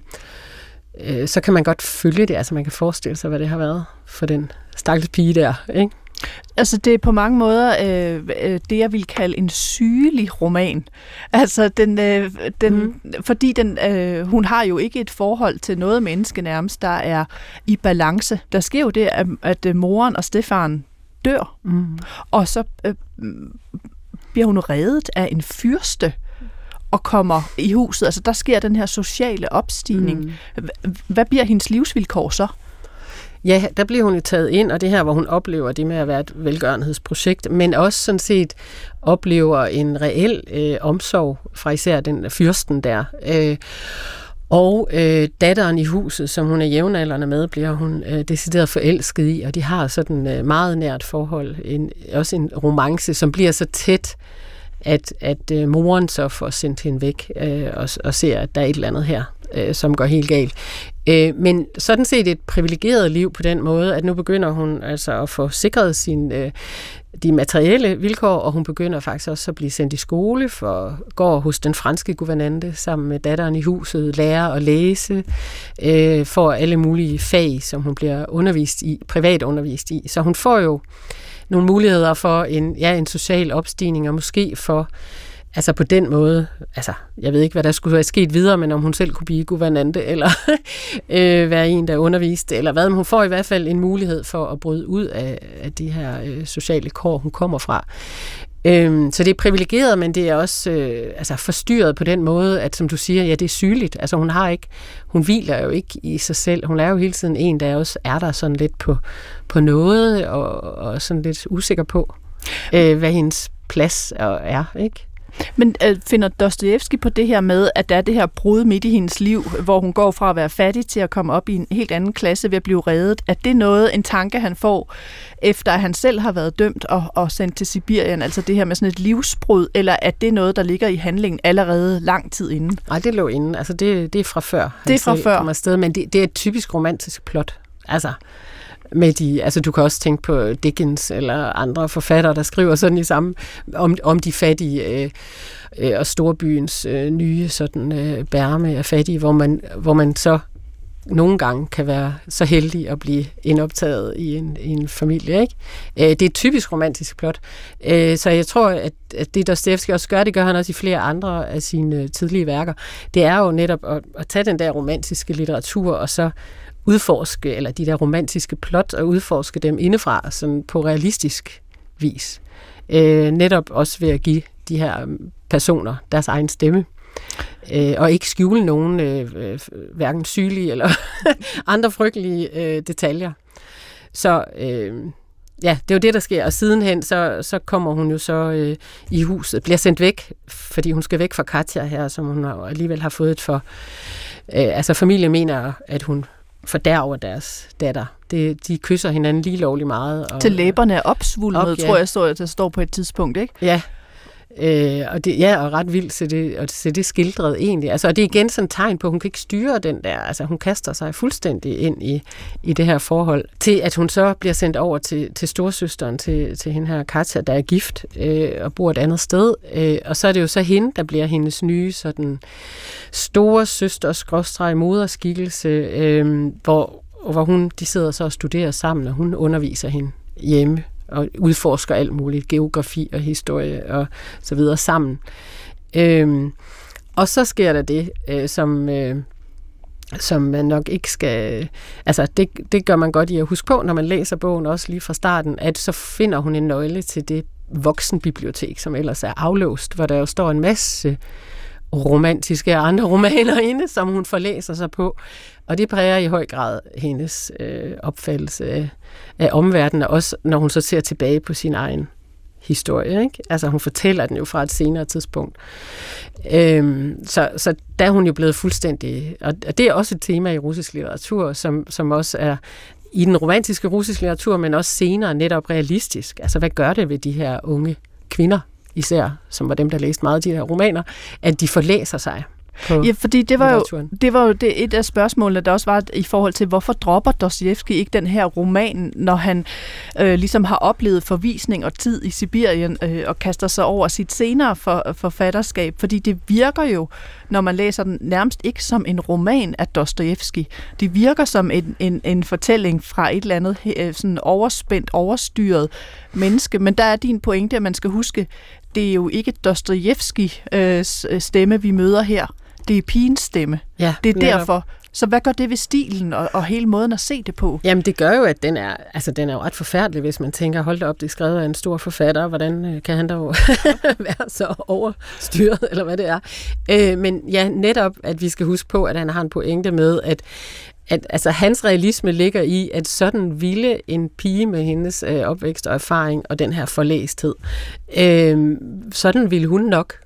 så kan man godt følge det, altså man kan forestille sig, hvad det har været for den stakkels pige der, ikke? Altså det er på mange måder øh, det, jeg vil kalde en sygelig roman. Altså den, øh, den mm. fordi den, øh, hun har jo ikke et forhold til noget menneske nærmest, der er i balance. Der sker jo det, at, at moren og stefaren dør, mm. og så øh, bliver hun reddet af en fyrste, og kommer i huset. Altså, der sker den her sociale opstigning. Mm. Hvad bliver hendes livsvilkår så? Ja, der bliver hun jo taget ind, og det her, hvor hun oplever det med at være et velgørenhedsprojekt, men også sådan set oplever en reel øh, omsorg fra især den fyrsten der. Øh, og øh, datteren i huset, som hun er jævnaldrende med, bliver hun øh, decideret forelsket i, og de har sådan øh, meget nært forhold. En, også en romance, som bliver så tæt, at, at øh, moren så får sendt hende væk øh, og, og ser, at der er et eller andet her, øh, som går helt galt. Øh, men sådan set et privilegeret liv på den måde, at nu begynder hun altså at få sikret sin, øh, de materielle vilkår, og hun begynder faktisk også at blive sendt i skole, for går hos den franske guvernante sammen med datteren i huset, lærer at læse, øh, får alle mulige fag, som hun bliver undervist i, privat undervist i. Så hun får jo nogle muligheder for en, ja, en social opstigning, og måske for, altså på den måde, altså jeg ved ikke, hvad der skulle have sket videre, men om hun selv kunne blive guvernante, eller øh, være en, der underviste, eller hvad, men hun får i hvert fald en mulighed for at bryde ud af, af de her øh, sociale kår, hun kommer fra. Øhm, så det er privilegeret, men det er også øh, altså forstyrret på den måde, at som du siger, ja, det er sygeligt. Altså hun har ikke, hun hviler jo ikke i sig selv. Hun er jo hele tiden en, der også er der sådan lidt på, på noget, og, og sådan lidt usikker på, øh, hvad hendes plads er, ikke? Men øh, finder Dostojevskij på det her med, at der er det her brud midt i hendes liv, hvor hun går fra at være fattig til at komme op i en helt anden klasse ved at blive reddet? Er det noget, en tanke, han får, efter at han selv har været dømt og, og sendt til Sibirien? Altså det her med sådan et livsbrud, eller er det noget, der ligger i handlingen allerede lang tid inden? Nej, det lå inden. Altså det, det er fra før. Det er fra før. Afsted, men det, det er et typisk romantisk plot. Altså... Med de, altså du kan også tænke på Dickens eller andre forfattere, der skriver sådan i samme om, om de fattige øh, øh, og storbyens øh, nye sådan øh, bærme af fattige, hvor man, hvor man så nogle gange kan være så heldig at blive indoptaget i en, i en familie, ikke? Øh, det er et typisk romantisk plot. Øh, så jeg tror, at, at det Dostojevskij også gør, det gør han også i flere andre af sine tidlige værker, det er jo netop at, at tage den der romantiske litteratur og så udforske, eller de der romantiske plot, og udforske dem indefra, sådan på realistisk vis. Øh, netop også ved at give de her personer deres egen stemme. Øh, og ikke skjule nogen øh, hverken sygelige eller andre frygtelige øh, detaljer. Så øh, ja, det er jo det, der sker. Og sidenhen, så, så kommer hun jo så øh, i huset, bliver sendt væk, fordi hun skal væk fra Katja her, som hun alligevel har fået et for. Øh, altså familien mener, at hun fordærver deres datter. Det, de kysser hinanden lige lovligt meget. Og, til læberne er opsvulmet, op, ja. Tror jeg, står, der står på et tidspunkt, ikke? Ja, øh, og det, ja, og ret vildt, så det, og så det skildret egentlig. Altså, og det er igen sådan et tegn på, at hun kan ikke styre den der, altså hun kaster sig fuldstændig ind i, i det her forhold, til at hun så bliver sendt over til, til storsøsteren, til, til hende her Katja, der er gift øh, og bor et andet sted. Øh, og så er det jo så hende, der bliver hendes nye sådan store søster, skråstreg moderskikkelse, øh, hvor, hvor hun, de sidder så og studerer sammen, og hun underviser hende hjemme og udforsker alt muligt, geografi og historie og så videre sammen. Øhm, og så sker der det, øh, som, øh, som man nok ikke skal... Altså, det, det gør man godt i at huske på, når man læser bogen, også lige fra starten, at så finder hun en nøgle til det voksenbibliotek, som ellers er aflåst, hvor der jo står en masse romantiske og andre romaner inde, som hun forlæser sig på. Og det præger i høj grad hendes øh, opfattelse af, af omverdenen, også når hun så ser tilbage på sin egen historie, ikke? Altså hun fortæller den jo fra et senere tidspunkt. Øhm, så, så der er hun jo blevet fuldstændig... Og det er også et tema i russisk litteratur, som, som også er i den romantiske russiske litteratur, men også senere netop realistisk. Altså hvad gør det ved de her unge kvinder, især, som var dem, der læste meget af de her romaner, at de forlæser sig på. Ja, fordi det var jo, det var jo det, et af spørgsmålene, der også var i forhold til, hvorfor dropper Dostojevskij ikke den her roman, når han øh, ligesom har oplevet forvisning og tid i Sibirien øh, og kaster sig over sit senere for, forfatterskab, fordi det virker jo, når man læser den, nærmest ikke som en roman af Dostojevskij. Det virker som en, en, en fortælling fra et eller andet øh, sådan overspændt, overstyret menneske, men der er din pointe, at man skal huske, det er jo ikke Dostojevskijs øh, stemme, vi møder her. Det er pigens stemme. Ja, det er netop. Derfor. Så hvad gør det ved stilen og, og hele måden at se det på? Jamen det gør jo, at den er, altså, den er jo ret forfærdelig, hvis man tænker, hold da op, det er skrevet af en stor forfatter, hvordan kan han da være så overstyret, eller hvad det er. Øh, men ja, netop, at vi skal huske på, at han har en pointe med, at at altså, hans realisme ligger i, at sådan ville en pige med hendes øh, opvækst og erfaring og den her forlæsthed, øh, sådan ville hun nok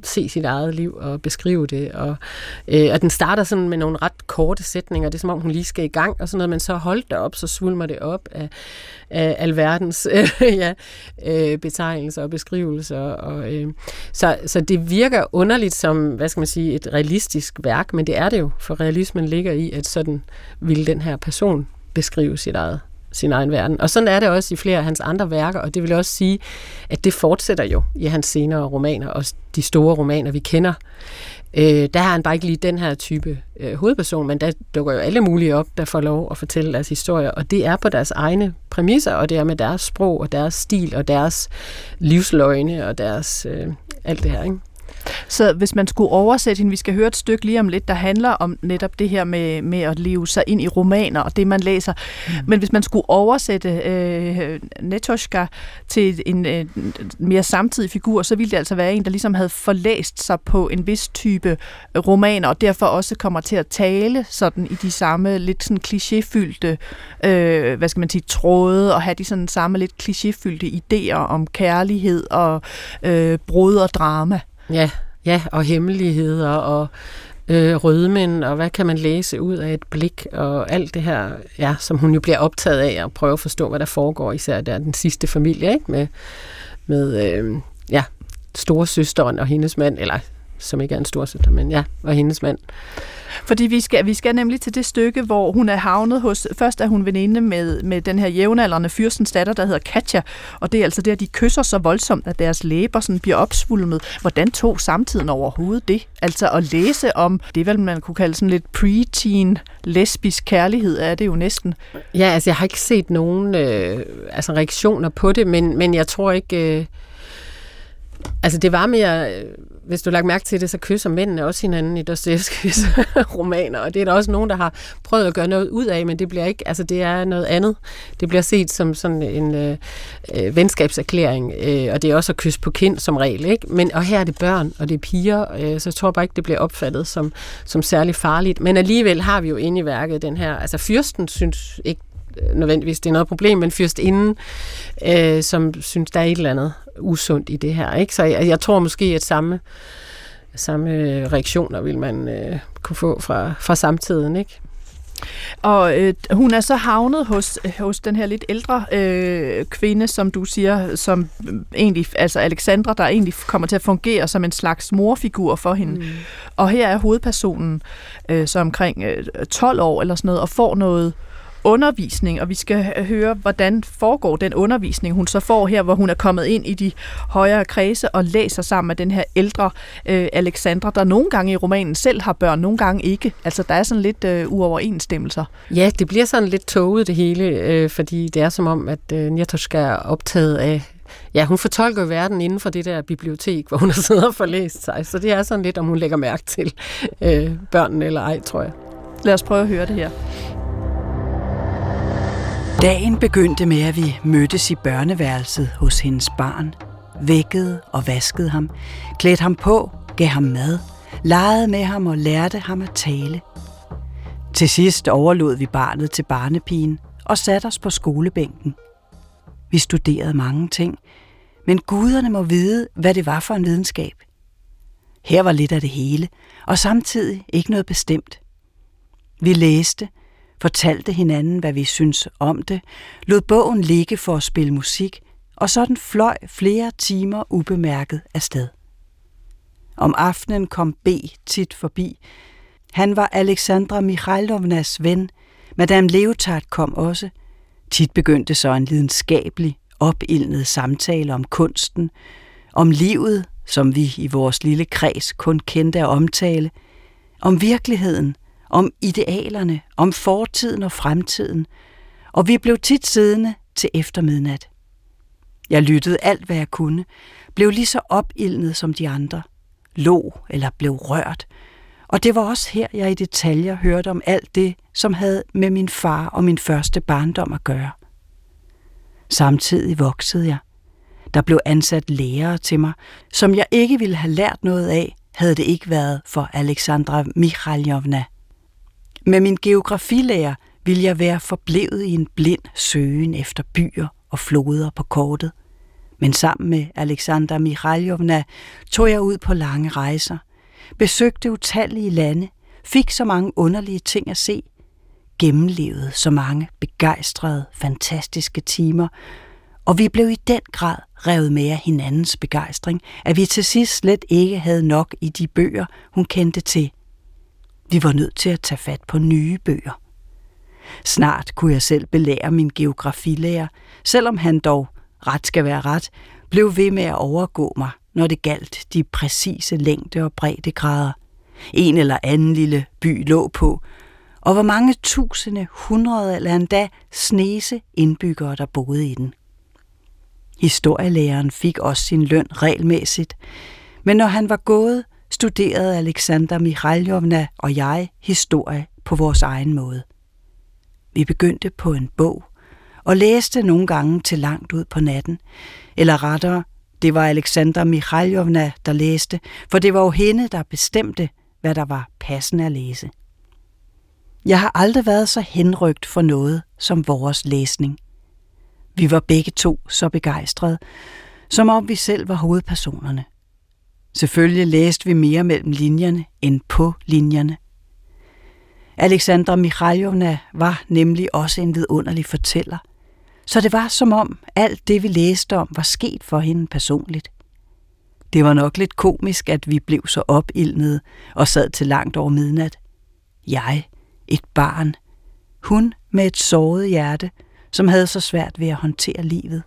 se sit eget liv og beskrive det. Og, øh, og den starter sådan med nogle ret korte sætninger. Det er som om, hun lige skal i gang, og sådan noget, men så holdt det op, så svulmer det op af, af alverdens øh, ja, øh, betegnelser og beskrivelser. Og, øh, så, så det virker underligt som, hvad skal man sige, et realistisk værk, men det er det jo, for realismen ligger i, at sådan ville den her person beskrive sit eget, sin egen verden. Og sådan er det også i flere af hans andre værker, og det vil også sige, at det fortsætter jo i hans senere romaner, og de store romaner, vi kender. Øh, der har han bare ikke lige den her type øh, hovedperson, men der dukker jo alle mulige op, der får lov at fortælle deres historier, og det er på deres egne præmisser, og det er med deres sprog, og deres stil, og deres livsløgne, og deres øh, alt det her, ikke? Så hvis man skulle oversætte hende, vi skal høre et stykke lige om lidt, der handler om netop det her med, med at leve sig ind i romaner og det, man læser. Mm. Men hvis man skulle oversætte øh, Netochka til en øh, mere samtidig figur, så ville det altså være en, der ligesom havde forlæst sig på en vis type romaner, og derfor også kommer til at tale sådan i de samme lidt sådan klichéfyldte, øh, hvad skal man sige, tråde, og have de sådan samme lidt klichéfyldte idéer om kærlighed og øh, brud og drama. Ja, ja, og hemmeligheder og øh, rødmænd, og hvad kan man læse ud af et blik, og alt det her, ja, som hun jo bliver optaget af, og prøver at forstå, hvad der foregår, især der den sidste familie, ikke? Med, med øh, ja, storesøsteren og hendes mand, eller som ikke er en storesøster, men ja, og hendes mand. Fordi vi skal, vi skal nemlig til det stykke, hvor hun er havnet hos, først er hun veninde med, med den her jævnaldrende fyrstens datter, der hedder Katja, og det er altså der, de kysser så voldsomt, at deres læber sådan bliver opsvulmet. Hvordan tog samtiden overhovedet det? Altså at læse om, det vel man kunne kalde sådan lidt preteen lesbisk kærlighed, er det jo næsten. Ja, altså jeg har ikke set nogen øh, altså reaktioner på det, men, men jeg tror ikke... Øh Altså det var mere, hvis du har lagt mærke til det, så kysser mændene også hinanden i Dostojevskijs romaner, og det er der også nogen, der har prøvet at gøre noget ud af, men det bliver ikke, altså det er noget andet. Det bliver set som sådan en øh, venskabserklæring, øh, og det er også at kysse på kind som regel, ikke? Men, og her er det børn, og det er piger, øh, så jeg tror bare ikke, det bliver opfattet som, som særlig farligt. Men alligevel har vi jo inde i værket den her, altså fyrsten synes ikke nødvendigvis det er noget problem, men fyrstinden, øh, som synes, der er et eller andet usundt i det her, ikke? Så jeg, jeg tror måske, at samme, samme reaktioner vil man øh, kunne få fra, fra samtiden, ikke? Og øh, hun er så havnet hos, hos den her lidt ældre øh, kvinde, som du siger, som egentlig, altså Alexandra, der egentlig kommer til at fungere som en slags morfigur for hende. Mm. Og her er hovedpersonen øh, så omkring øh, tolv år eller sådan noget, og får noget undervisning, og vi skal høre, hvordan foregår den undervisning, hun så får her, hvor hun er kommet ind i de højere kredse og læser sammen med den her ældre øh, Alexandra, der nogle gange i romanen selv har børn, nogle gange ikke. Altså, der er sådan lidt øh, uoverensstemmelser. Ja, det bliver sådan lidt tåget det hele, øh, fordi det er som om, at øh, Netochka er optaget af, ja, hun fortolker verden inden for det der bibliotek, hvor hun har siddet og forlæst sig, så det er sådan lidt, om hun lægger mærke til øh, børnene eller ej, tror jeg. Lad os prøve at høre det her. Dagen begyndte med, at vi mødtes i børneværelset hos hendes barn, vækkede og vaskede ham, klædte ham på, gav ham mad, legede med ham og lærte ham at tale. Til sidst overlod vi barnet til barnepigen og satte os på skolebænken. Vi studerede mange ting, men guderne må vide, hvad det var for en videnskab. Her var lidt af det hele, og samtidig ikke noget bestemt. Vi læste, fortalte hinanden, hvad vi synes om det, lod bogen ligge for at spille musik, og sådan fløj flere timer ubemærket afsted. Om aftenen kom B tit forbi. Han var Alexandra Mikhailovnas ven. Madame Leotard kom også. Tit begyndte så en lidenskabelig, opildnet samtale om kunsten, om livet, som vi i vores lille kreds kun kendte at omtale, om virkeligheden, om idealerne, om fortiden og fremtiden, og vi blev tit siddende til eftermidnat. Jeg lyttede alt, hvad jeg kunne, blev lige så opildnet som de andre, lå eller blev rørt, og det var også her, jeg i detaljer hørte om alt det, som havde med min far og min første barndom at gøre. Samtidig voksede jeg. Der blev ansat lærere til mig, som jeg ikke ville have lært noget af, havde det ikke været for Alexandra Mikhailovna. Med min geografilærer ville jeg være forblevet i en blind søgen efter byer og floder på kortet. Men sammen med Alexandra Mikhailovna tog jeg ud på lange rejser, besøgte utallige lande, fik så mange underlige ting at se, gennemlevede så mange begejstrede, fantastiske timer, og vi blev i den grad revet med af hinandens begejstring, at vi til sidst slet ikke havde nok i de bøger, hun kendte til. Vi var nødt til at tage fat på nye bøger. Snart kunne jeg selv belære min geografilærer, selvom han dog, ret skal være ret, blev ved med at overgå mig, når det galt de præcise længde- og breddegrader. En eller anden lille by lå på, og hvor mange tusinde, hundrede eller endda snese indbyggere, der boede i den. Historielæreren fik også sin løn regelmæssigt, men når han var gået, studerede Alexandra Mikhailovna og jeg historie på vores egen måde. Vi begyndte på en bog og læste nogle gange til langt ud på natten, eller rettere, det var Alexandra Mikhailovna, der læste, for det var jo hende, der bestemte, hvad der var passende at læse. Jeg har aldrig været så henrygt for noget som vores læsning. Vi var begge to så begejstrede, som om vi selv var hovedpersonerne. Selvfølgelig læste vi mere mellem linjerne end på linjerne. Alexandra Mikhailovna var nemlig også en vidunderlig fortæller, så det var som om alt det, vi læste om, var sket for hende personligt. Det var nok lidt komisk, at vi blev så opildnede og sad til langt over midnat. Jeg, et barn, hun med et såret hjerte, som havde så svært ved at håndtere livet.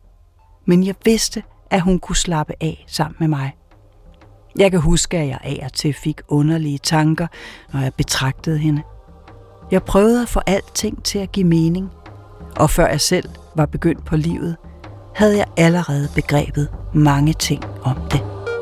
Men jeg vidste, at hun kunne slappe af sammen med mig. Jeg kan huske, at jeg af og til fik underlige tanker, når jeg betragtede hende. Jeg prøvede at få alting til at give mening, og før jeg selv var begyndt på livet, havde jeg allerede begrebet mange ting om det.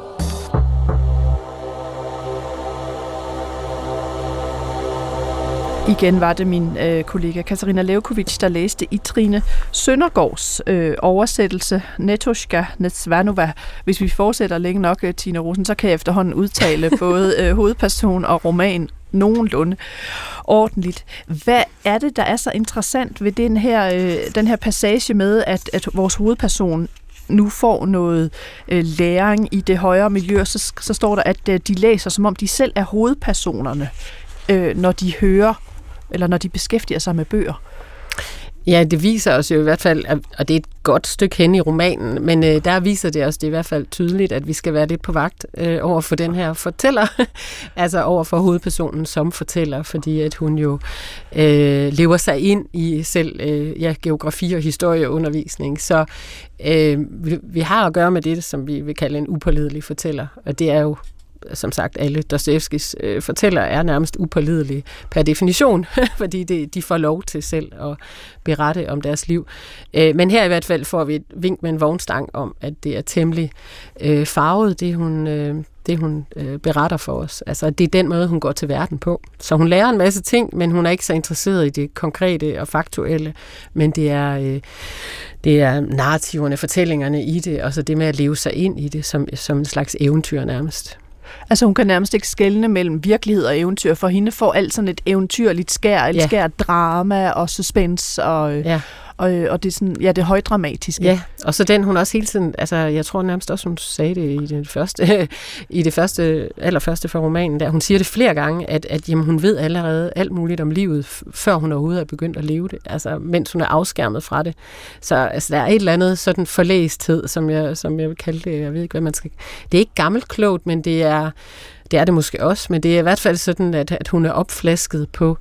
Igen var det min øh, kollega Katarina Levkovic, der læste i Trine Søndergaards øh, oversættelse Netoshka Netsvanova. Hvis vi fortsætter længe nok, Tina Rosen, så kan jeg efterhånden udtale både øh, hovedperson og roman nogenlunde ordentligt. Hvad er det, der er så interessant ved den her, øh, den her passage med, at, at vores hovedperson nu får noget øh, læring i det højere miljø, så, så står der, at øh, de læser, som om de selv er hovedpersonerne, øh, når de hører, eller når de beskæftiger sig med bøger. Ja, det viser os jo i hvert fald, og det er et godt stykke hen i romanen, men øh, der viser det os det er i hvert fald tydeligt, at vi skal være lidt på vagt øh, over for den her fortæller, altså over for hovedpersonen som fortæller, fordi at hun jo øh, lever sig ind i selv øh, ja, geografi og historieundervisning. Så øh, vi, vi har at gøre med det, som vi vil kalde en upålidelig fortæller, og det er jo som sagt, alle Dostojevskijs øh, fortællere er nærmest upålidelige per definition, fordi det, de får lov til selv at berette om deres liv. Øh, men her i hvert fald får vi et vink med en vognstang om, at det er temmelig øh, farvet, det hun, øh, det hun øh, beretter for os. Altså, det er den måde, hun går til verden på. Så hun lærer en masse ting, men hun er ikke så interesseret i det konkrete og faktuelle, men det er, øh, det er narrativerne, fortællingerne i det, og så det med at leve sig ind i det som, som en slags eventyr nærmest. Altså hun kan nærmest ikke skelne mellem virkelighed og eventyr, for hende får alt sådan et eventyrligt skær, et ja. skær drama og suspense, og, ja. og, og det er sådan, ja, det er højdramatiske. Ja, og så den hun også hele tiden, altså jeg tror nærmest også, hun sagde det i det første, i det første, allerførste for romanen der, hun siger det flere gange, at, at jamen, hun ved allerede alt muligt om livet, før hun overhovedet er begyndt at leve det, altså mens hun er afskærmet fra det. Så altså, der er et eller andet sådan forlæsthed, som jeg, som jeg vil kalde det, jeg ved ikke, hvad man skal. Det er ikke gammelt klogt, men det er, det er det måske også, men det er i hvert fald sådan, at, at hun er opflasket på,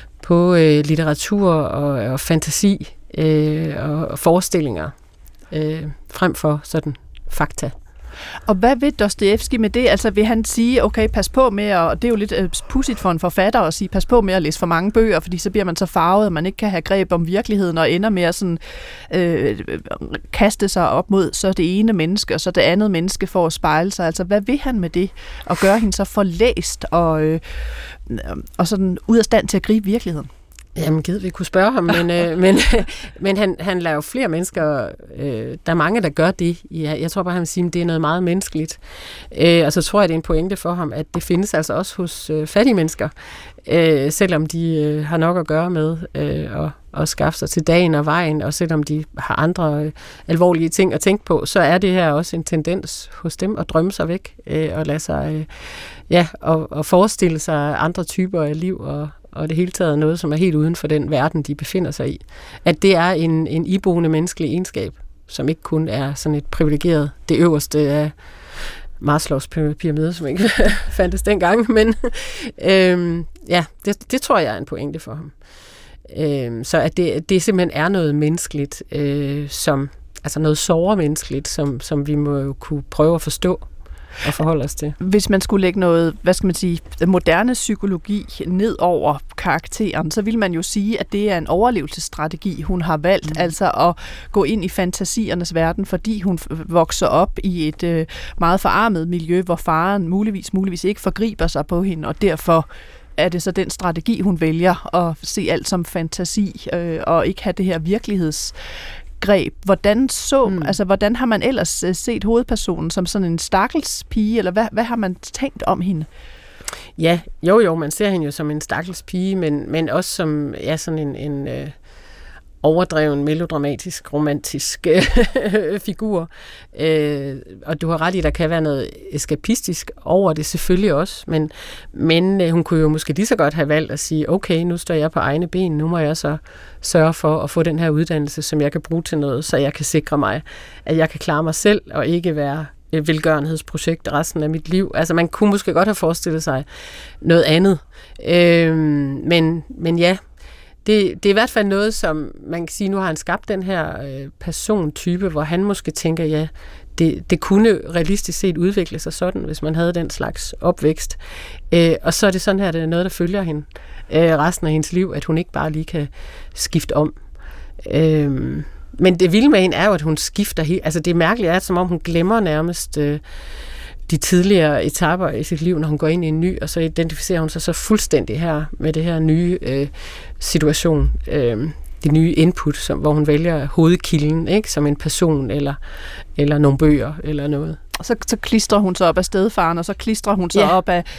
på øh, litteratur og, og fantasi, Øh, og, og forestillinger øh, frem for sådan fakta. Og hvad ved Dostojevskij med det? Altså vil han sige, okay, pas på med, og det er jo lidt øh, pudsigt for en forfatter at sige, pas på med at læse for mange bøger, fordi så bliver man så farvet, at man ikke kan have greb om virkeligheden, og ender med at sådan, øh, kaste sig op mod så det ene menneske, og så det andet menneske for at spejle sig. Altså hvad vil han med det? Og gøre hende så forlæst og, øh, og sådan ud af stand til at gribe virkeligheden? Jamen, givet vi kunne spørge ham, men, øh, men, men han, han lader jo flere mennesker, øh, der er mange, der gør det. Ja, jeg tror bare, han vil sige, at det er noget meget menneskeligt. Øh, og så tror jeg, det er en pointe for ham, at det findes altså også hos øh, fattige mennesker, øh, selvom de øh, har nok at gøre med øh, at, at skaffe sig til dagen og vejen, og selvom de har andre øh, alvorlige ting at tænke på, så er det her også en tendens hos dem at drømme sig væk øh, og lade sig, øh, ja, og, og forestille sig andre typer af liv og og det hele taget noget, som er helt uden for den verden, de befinder sig i. At det er en, en iboende menneskelig egenskab, som ikke kun er sådan et privilegeret, det øverste af Maslows pyramide, som ikke fandtes dengang, men øhm, ja, det, det tror jeg er en pointe for ham. Øhm, så at det, det simpelthen er noget menneskeligt, øh, som, altså noget såremenneskeligt, som, som vi må jo kunne prøve at forstå og forholde os til. Hvis man skulle lægge noget, hvad skal man sige, moderne psykologi ned over karakteren, så vil man jo sige, at det er en overlevelsesstrategi, hun har valgt, mm. altså at gå ind i fantasiernes verden, fordi hun vokser op i et øh, meget forarmet miljø, hvor faren muligvis, muligvis ikke forgriber sig på hende, og derfor er det så den strategi, hun vælger at se alt som fantasi, øh, og ikke have det her virkeligheds greb. Hvordan så, mm. altså hvordan har man ellers set hovedpersonen som sådan en stakkels pige, eller hvad, hvad har man tænkt om hende? Ja, jo jo, man ser hende jo som en stakkels pige, men, men også som ja, sådan en, en øh, overdreven, melodramatisk, romantisk øh, figur. Øh, og du har ret i, der kan være noget eskapistisk over det selvfølgelig også, men, men øh, hun kunne jo måske lige så godt have valgt at sige, okay, nu står jeg på egne ben, nu må jeg så sørge for at få den her uddannelse, som jeg kan bruge til noget, så jeg kan sikre mig, at jeg kan klare mig selv og ikke være et velgørenhedsprojekt resten af mit liv. Altså man kunne måske godt have forestillet sig noget andet. Øh, men, men ja, Det, det er i hvert fald noget, som man kan sige, nu har han skabt den her øh, persontype, hvor han måske tænker, ja, det, det kunne realistisk set udvikle sig sådan, hvis man havde den slags opvækst. Øh, og så er det sådan her, det er noget, der følger hende øh, resten af hendes liv, at hun ikke bare lige kan skifte om. Øh, men det vilde med hende er jo, at hun skifter helt. Altså det mærkelige er, at som om hun glemmer nærmest øh, de tidligere etaper i sit liv, når hun går ind i en ny, og så identificerer hun sig så fuldstændig her med det her nye øh, situation, øh, det nye input, som, hvor hun vælger hovedkilden, ikke, som en person eller, eller nogle bøger eller noget. Og så, så klistrer hun så op af stedfaren, og så klistrer hun så ja. op af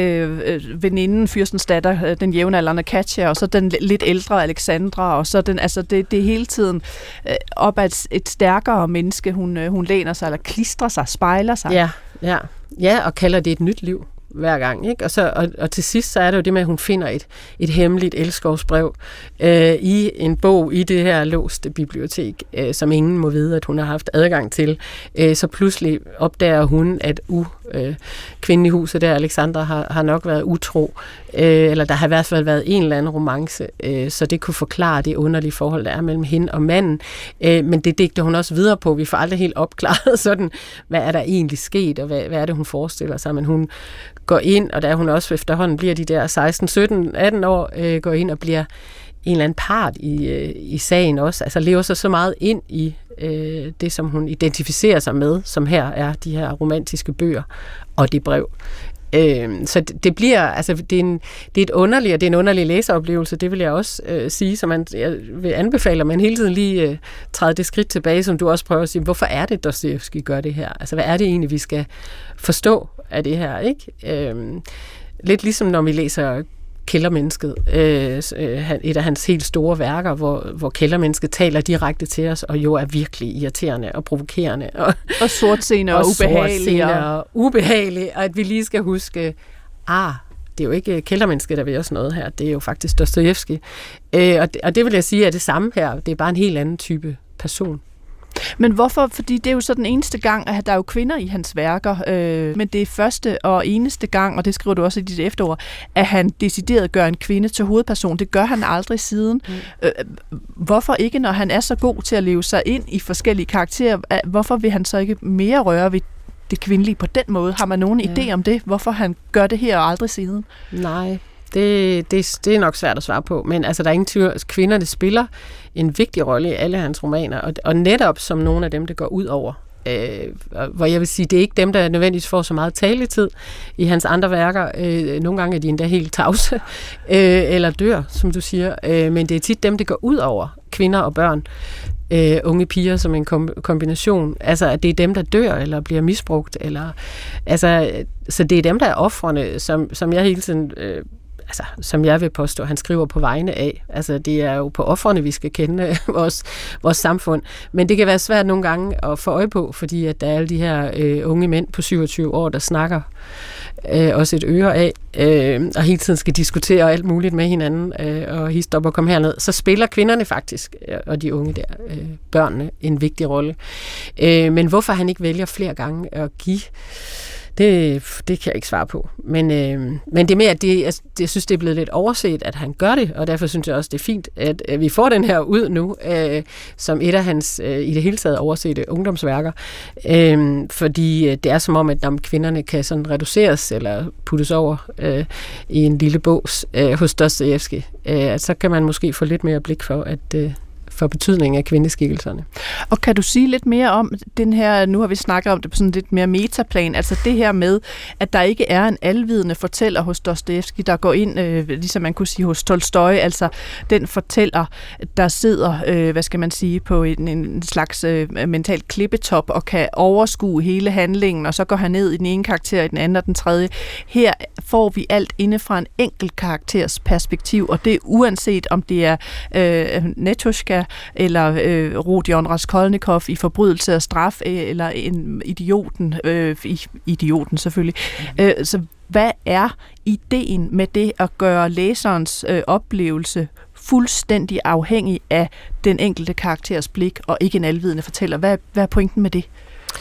øh, veninden, fyrstens datter, den jævnaldrende Katja, og så den lidt ældre Alexandra, og så den, altså det, det er hele tiden øh, op af et, et stærkere menneske, hun, øh, hun læner sig, eller klistrer sig, spejler sig. Ja, ja. ja, og kalder det et nyt liv hver gang, ikke? Og, så, og, og til sidst så er det jo det med, at hun finder et, et hemmeligt elskovsbrev øh, i en bog i det her låste bibliotek, øh, som ingen må vide, at hun har haft adgang til. Øh, så pludselig opdager hun, at u, øh, kvinden i huset der, Alexandra, har, har nok været utro, øh, eller der har i hvert fald været en eller anden romance, øh, så det kunne forklare det underlige forhold, der er mellem hende og manden. Øh, men det digter hun også videre på. Vi får aldrig helt opklaret sådan, hvad er der egentlig sket, og hvad, hvad er det, hun forestiller sig. Men hun går ind, og da hun også efterhånden bliver de der seksten, sytten, atten år, øh, går ind og bliver en eller anden part i, øh, i sagen også. Altså lever sig så meget ind i øh, det, som hun identificerer sig med, som her er de her romantiske bøger og det brev. Øh, så det, det bliver, altså det er, en, det er et underligt, og det er en underlig læseoplevelse, det vil jeg også øh, sige, så man, jeg vil anbefale, at man hele tiden lige øh, træder det skridt tilbage, som du også prøver at sige, hvorfor er det, Dostojevskij gør det her? Altså hvad er det egentlig, vi skal forstå af det her, ikke? Øh, lidt ligesom når vi læser Kældermennesket, øh, et af hans helt store værker, hvor, hvor Kældermennesket taler direkte til os, og jo er virkelig irriterende og provokerende. Og, og sortseende og, og ubehagelige. Og, og ubehagelige, og at vi lige skal huske, ah, det er jo ikke Kældermennesket, der vil os noget her, det er jo faktisk Dostojevskij. Øh, og, det, og det vil jeg sige er det samme her, det er bare en helt anden type person. Men hvorfor? Fordi det er jo så den eneste gang, at der er jo kvinder i hans værker, øh, men det er første og eneste gang, og det skriver du også i dit efterord, at han decideret gør en kvinde til hovedperson. Det gør han aldrig siden. Mm. Øh, hvorfor ikke, når han er så god til at leve sig ind i forskellige karakterer? Hvorfor vil han så ikke mere røre ved det kvindelige på den måde? Har man nogen ja. idé om det? Hvorfor han gør det her og aldrig siden? Nej, det, det, det er nok svært at svare på, men altså, der er ingen tvivl. Kvinderne spiller en vigtig rolle i alle hans romaner, og, og netop som nogle af dem, det går ud over øh, hvor jeg vil sige, det er ikke dem, der nødvendigvis får så meget taletid i hans andre værker. Øh, nogle gange er de endda helt tavse, øh, eller dør, som du siger, øh, men det er tit dem, det går ud over, kvinder og børn. Uh, unge piger som en kom- kombination. Altså, at det er dem, der dør, eller bliver misbrugt, eller... Altså, så det er dem, der er ofrene, som, som jeg hele tiden... Øh, altså, som jeg vil påstå, han skriver på vegne af. Altså, det er jo på ofrene, vi skal kende vores, vores samfund. Men det kan være svært nogle gange at få øje på, fordi at der er alle de her øh, unge mænd på syvogtyve år, der snakker øh, også et øre af, øh, og hele tiden skal diskutere alt muligt med hinanden, øh, og hist op og komme herned. Så spiller kvinderne faktisk, og de unge der, øh, børnene, en vigtig rolle. Øh, men hvorfor han ikke vælger flere gange at give... Det, det kan jeg ikke svare på. Men, øh, men det er mere, at det, jeg, jeg synes, det er blevet lidt overset, at han gør det, og derfor synes jeg også, det er fint, at, at vi får den her ud nu, øh, som et af hans øh, i det hele taget oversete ungdomsværker. Øh, fordi det er som om, at når kvinderne kan sådan reduceres eller puttes over øh, i en lille bås øh, hos Dostojevskij, øh, så kan man måske få lidt mere blik for, at... Øh, for betydningen af kvindeskikkelserne. Og kan du sige lidt mere om den her, nu har vi snakket om det på sådan lidt mere metaplan, altså det her med, at der ikke er en alvidende fortæller hos Dostojevskij, der går ind, øh, ligesom man kunne sige hos Tolstoj, altså den fortæller, der sidder, øh, hvad skal man sige, på en, en slags øh, mental klippetop og kan overskue hele handlingen, og så går han ned i den ene karakter, i den anden og den tredje. Her får vi alt inde fra en enkelt karakters perspektiv, og det er uanset om det er øh, Nettoshka eller øh, Rodion Raskolnikov i Forbrydelse og Straf, eller en idioten, øh, idioten selvfølgelig. Mm. Øh, så hvad er ideen med det at gøre læserens øh, oplevelse fuldstændig afhængig af den enkelte karakters blik, og ikke en alvidende fortæller? Hvad, hvad er pointen med det?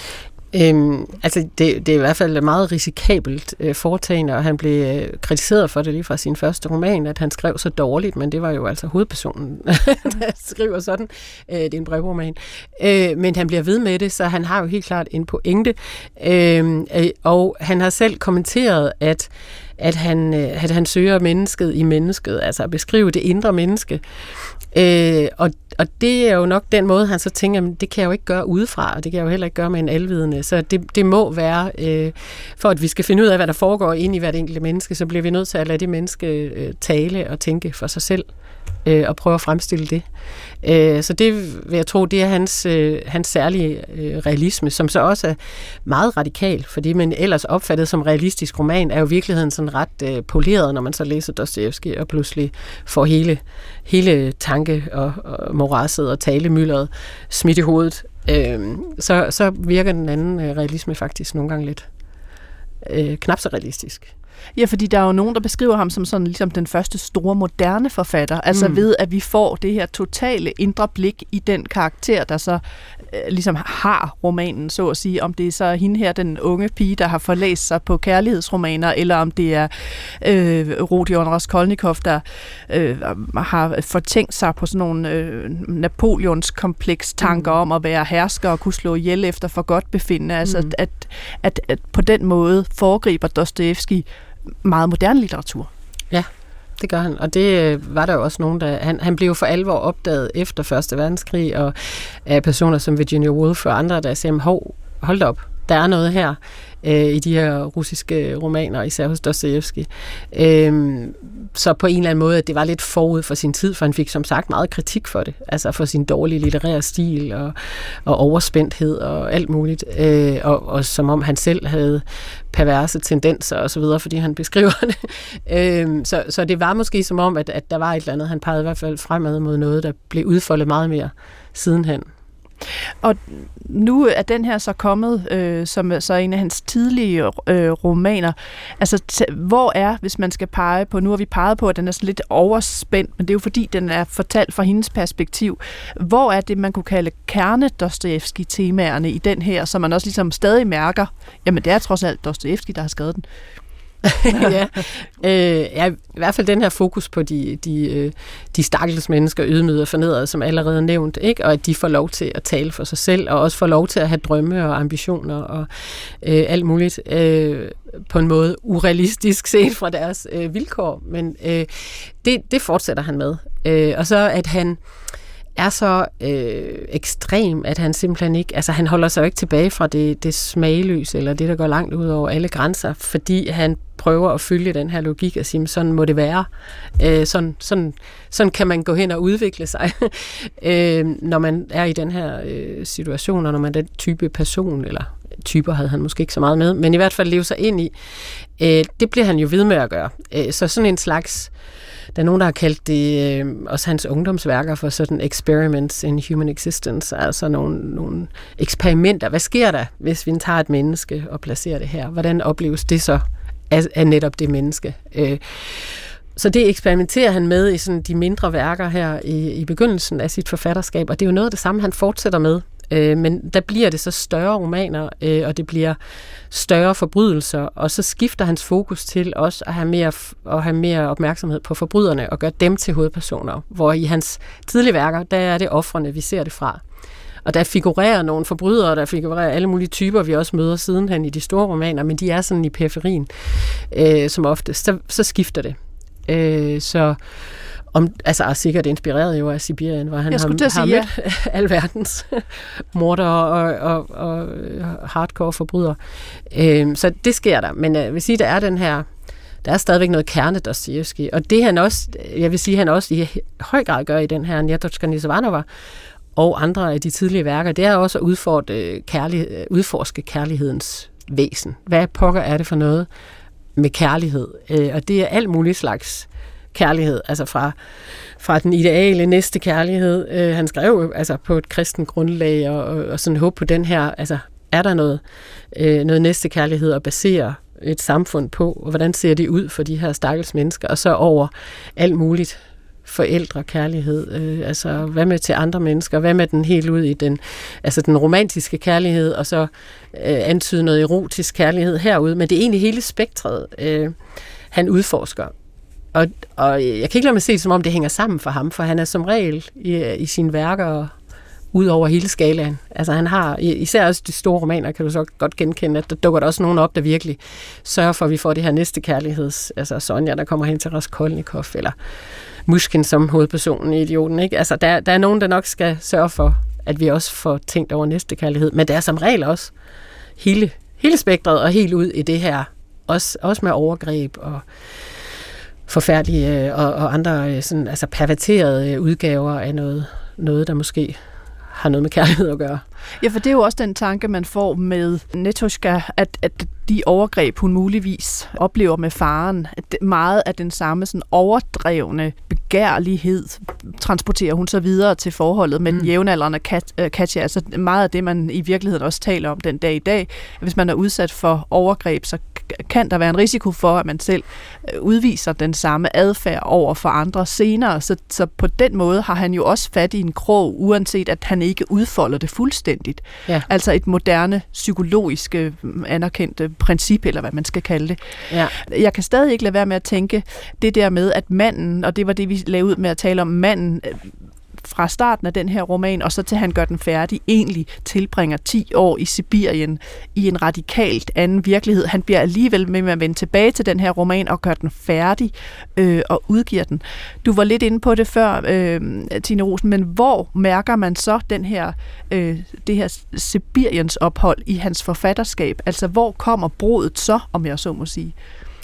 Øhm, altså det, det er i hvert fald meget risikabelt øh, foretagende, og han blev øh, kritiseret for det lige fra sin første roman, at han skrev så dårligt, men det var jo altså hovedpersonen, der skriver sådan. Øh, det er en brevroman. Øh, men han bliver ved med det, så han har jo helt klart en pointe. Øh, øh, og han har selv kommenteret, at at han, at han søger mennesket i mennesket, altså at beskrive det indre menneske. Øh, og, og det er jo nok den måde, han så tænker, det kan jeg jo ikke gøre udefra, og det kan jeg jo heller ikke gøre med en alvidende. Så det, det må være, øh, for at vi skal finde ud af, hvad der foregår inde i hvert enkelt menneske, så bliver vi nødt til at lade det menneske øh, tale og tænke for sig selv, øh, og prøve at fremstille det. Øh, så det vil jeg tro, det er hans, øh, hans særlige øh, realisme, som så også er meget radikal, fordi man ellers opfattet som realistisk roman, er jo i virkeligheden sådan ret øh, poleret, når man så læser Dostojevskij, og pludselig får hele, hele tanke og, og morasset og talemylderet smidt i hovedet. Øh, så, så virker den anden øh, realisme faktisk nogle gange lidt øh, knap så realistisk. Ja, fordi der er jo nogen, der beskriver ham som sådan ligesom den første store moderne forfatter, altså mm. ved, at vi får det her totale indre blik i den karakter, der så øh, ligesom har romanen, så at sige, om det er så hende her, den unge pige, der har forlæst sig på kærlighedsromaner, eller om det er øh, Rodion Raskolnikov, der øh, har fortænkt sig på sådan nogle øh, Napoleons kompleks tanker mm. om at være hersker og kunne slå ihjel efter for godt befindende, altså mm. at, at, at på den måde foregriber Dostojevskij meget moderne litteratur. Ja, det gør han, og det var der jo også nogen, der... Han, han blev jo for alvor opdaget efter første verdenskrig, og af personer som Virginia Woolf og andre, der siger, hov, hold da op, der er noget her øh, i de her russiske romaner, især hos Dostojevskij. Øh, så på en eller anden måde, at det var lidt forud for sin tid, for han fik som sagt meget kritik for det, altså for sin dårlige litterære stil og, og overspændthed og alt muligt, øh, og, og som om han selv havde perverse tendenser og så videre, fordi han beskriver det. øh, så, så det var måske som om, at, at der var et eller andet, han pegede i hvert fald fremad mod noget, der blev udfoldet meget mere sidenhen. Og nu er den her så kommet øh, som så en af hans tidlige øh, romaner. Altså, t- hvor er, hvis man skal pege på, nu har vi peget på, at den er sådan lidt overspændt, men det er jo fordi, den er fortalt fra hendes perspektiv. Hvor er det, man kunne kalde kerne-Dostojevskij-temaerne i den her, så man også ligesom stadig mærker, jamen det er trods alt Dostojevskij, der har skrevet den. ja. Øh, ja, i hvert fald den her fokus på de, de, de stakkels mennesker, ydmygede og fornedrede, som allerede nævnt, ikke? Og at de får lov til at tale for sig selv, og også får lov til at have drømme og ambitioner og øh, alt muligt øh, på en måde urealistisk set fra deres øh, vilkår. Men øh, det, det fortsætter han med. Øh, og så at han er så øh, ekstrem, at han simpelthen ikke, altså han holder sig jo ikke tilbage fra det, det smagløse, eller det, der går langt ud over alle grænser, fordi han prøver at følge den her logik og sige, sådan må det være. Øh, sådan, sådan, sådan kan man gå hen og udvikle sig, øh, når man er i den her øh, situation, og når man er den type person, eller typer havde han måske ikke så meget med, men i hvert fald leve sig ind i. Øh, det bliver han jo ved med at gøre. Øh, så sådan en slags, der er nogen, der har kaldt det, øh, også hans ungdomsværker, for sådan experiments in human existence, altså nogle, nogle eksperimenter. Hvad sker der, hvis vi tager et menneske og placerer det her? Hvordan opleves det så af, af netop det menneske? Øh, så det eksperimenterer han med i sådan de mindre værker her i, i begyndelsen af sit forfatterskab, og det er jo noget af det samme, han fortsætter med. Øh, men der bliver det så større romaner, øh, og det bliver større forbrydelser, og så skifter hans fokus til også at have mere, at have mere opmærksomhed på forbryderne og gøre dem til hovedpersoner, hvor i hans tidlige værker, der er det ofrene, vi ser det fra. Og der figurerer nogle forbrydere, der figurerer alle mulige typer, vi også møder sidenhen i de store romaner, men de er sådan i periferien, øh, som ofte. Så, så skifter det. Øh, så Om, altså er sikkert inspireret jo af Sibirien, hvor han har, har mødt ja. alverdens morder og, og, og hardcore forbrydere. Øhm, så det sker der. Men jeg vil sige, der er den her, der er stadigvæk noget kerne Dostojevskij. Og det han også, jeg vil sige, han også i høj grad gør i den her Netochka Nisvanova og andre af de tidlige værker, det er også at udfordre kærlighed, udforske kærlighedens væsen. Hvad pokker er det for noget med kærlighed? Øh, og det er alt muligt slags kærlighed, altså fra, fra den ideale næste kærlighed. Øh, han skrev jo altså på et kristent grundlag og, og, og sådan håb på den her, altså er der noget, øh, noget næste kærlighed at basere et samfund på, og hvordan ser det ud for de her stakkels mennesker, og så over alt muligt forældrekærlighed, øh, altså hvad med til andre mennesker, hvad med den helt ud i den, altså den romantiske kærlighed, og så øh, antyde noget erotisk kærlighed herude, men det er egentlig hele spektret, øh, han udforsker. Og, og jeg kan ikke lade mig se det, som om det hænger sammen for ham, for han er som regel i, i sine værker ud over hele skalaen. Altså han har, især også de store romaner, kan du så godt genkende, at der dukker der også nogen op, der virkelig sørger for, at vi får det her næste kærligheds, altså Sonja, der kommer hen til Raskolnikov, eller Mushkin som hovedpersonen i Idioten, ikke? Altså der, der er nogen, der nok skal sørge for, at vi også får tænkt over næste kærlighed, men det er som regel også hele, hele spektret og helt ud i det her, også, også med overgreb og forfærdelige og, og andre sådan, altså perverterede udgaver af noget, noget, der måske har noget med kærlighed at gøre. Ja, for det er jo også den tanke, man får med Netochka, at, at de overgreb, hun muligvis oplever med faren, at meget af den samme sådan overdrevne begærlighed transporterer hun så videre til forholdet med mm. den jævnaldrende Kat- Katja. Altså meget af det, man i virkeligheden også taler om den dag i dag. Hvis man er udsat for overgreb, så kan der være en risiko for, at man selv udviser den samme adfærd over for andre senere. Så, så på den måde har han jo også fat i en krog, uanset at han ikke udfolder det fuldstændigt. Ja. Altså et moderne, psykologisk anerkendt princip, eller hvad man skal kalde det. Ja. Jeg kan stadig ikke lade være med at tænke det der med, at manden, og det var det, vi lavede ud med at tale om, manden fra starten af den her roman, og så til han gør den færdig, egentlig tilbringer ti år i Sibirien i en radikalt anden virkelighed. Han bliver alligevel med at vende tilbage til den her roman og gør den færdig øh, og udgiver den. Du var lidt inde på det før, øh, Tine Rosen, men hvor mærker man så den her, øh, det her Sibiriens ophold i hans forfatterskab? Altså, hvor kommer brudet så, om jeg så må sige?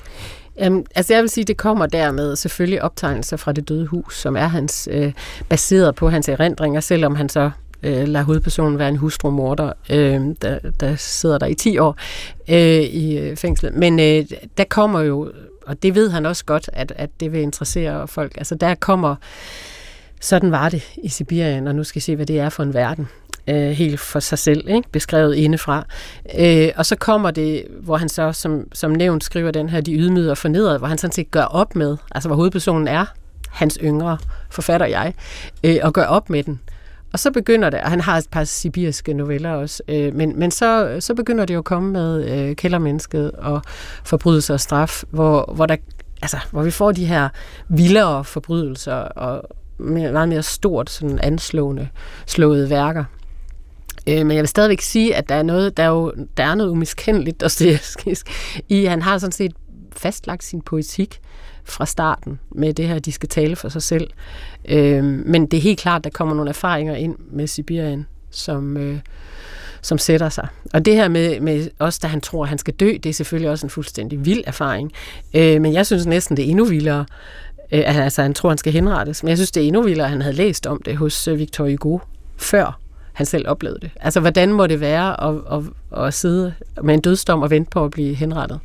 Um, altså jeg vil sige, det kommer dermed selvfølgelig optegnelser fra Det døde hus, som er hans øh, baseret på hans erindringer, selvom han så øh, lader hovedpersonen være en hustrumorder, øh, der, der sidder der i ti år øh, i fængslet. Men øh, der kommer jo, og det ved han også godt, at, at det vil interessere folk. Altså der kommer, sådan var det i Sibirien, og nu skal I se, hvad det er for en verden. Øh, helt for sig selv, ikke? Beskrevet indefra. Øh, og så kommer det, hvor han så, som, som nævnt, skriver den her, de ydmygede og fornedrede, hvor han sådan set gør op med, altså hvor hovedpersonen er, hans yngre forfatter jeg, øh, og gør op med den. Og så begynder det, og han har et par sibiriske noveller også, øh, men, men så, så begynder det jo at komme med øh, Kældermennesket og Forbrydelse og straf, hvor, hvor, der, altså, hvor vi får de her vildere forbrydelser og mere, meget mere stort sådan anslående slåede værker. Men jeg vil stadigvæk sige, at der er noget, der er, jo, der er noget umiskendeligt Dostojevskijsk i. Han har sådan set fastlagt sin poetik fra starten med det her, de skal tale for sig selv. Øh, men det er helt klart, der kommer nogle erfaringer ind med Sibirien, som, øh, som sætter sig. Og det her med, med også, da han tror, at han skal dø, det er selvfølgelig også en fuldstændig vild erfaring. Øh, men jeg synes næsten, det er endnu vildere. Øh, altså, han tror, han skal henrettes. Men jeg synes, det er endnu vildere, at han havde læst om det hos øh, Victor Hugo, før han selv oplevede det. Altså, hvordan må det være at, at, at sidde med en dødsdom og vente på at blive henrettet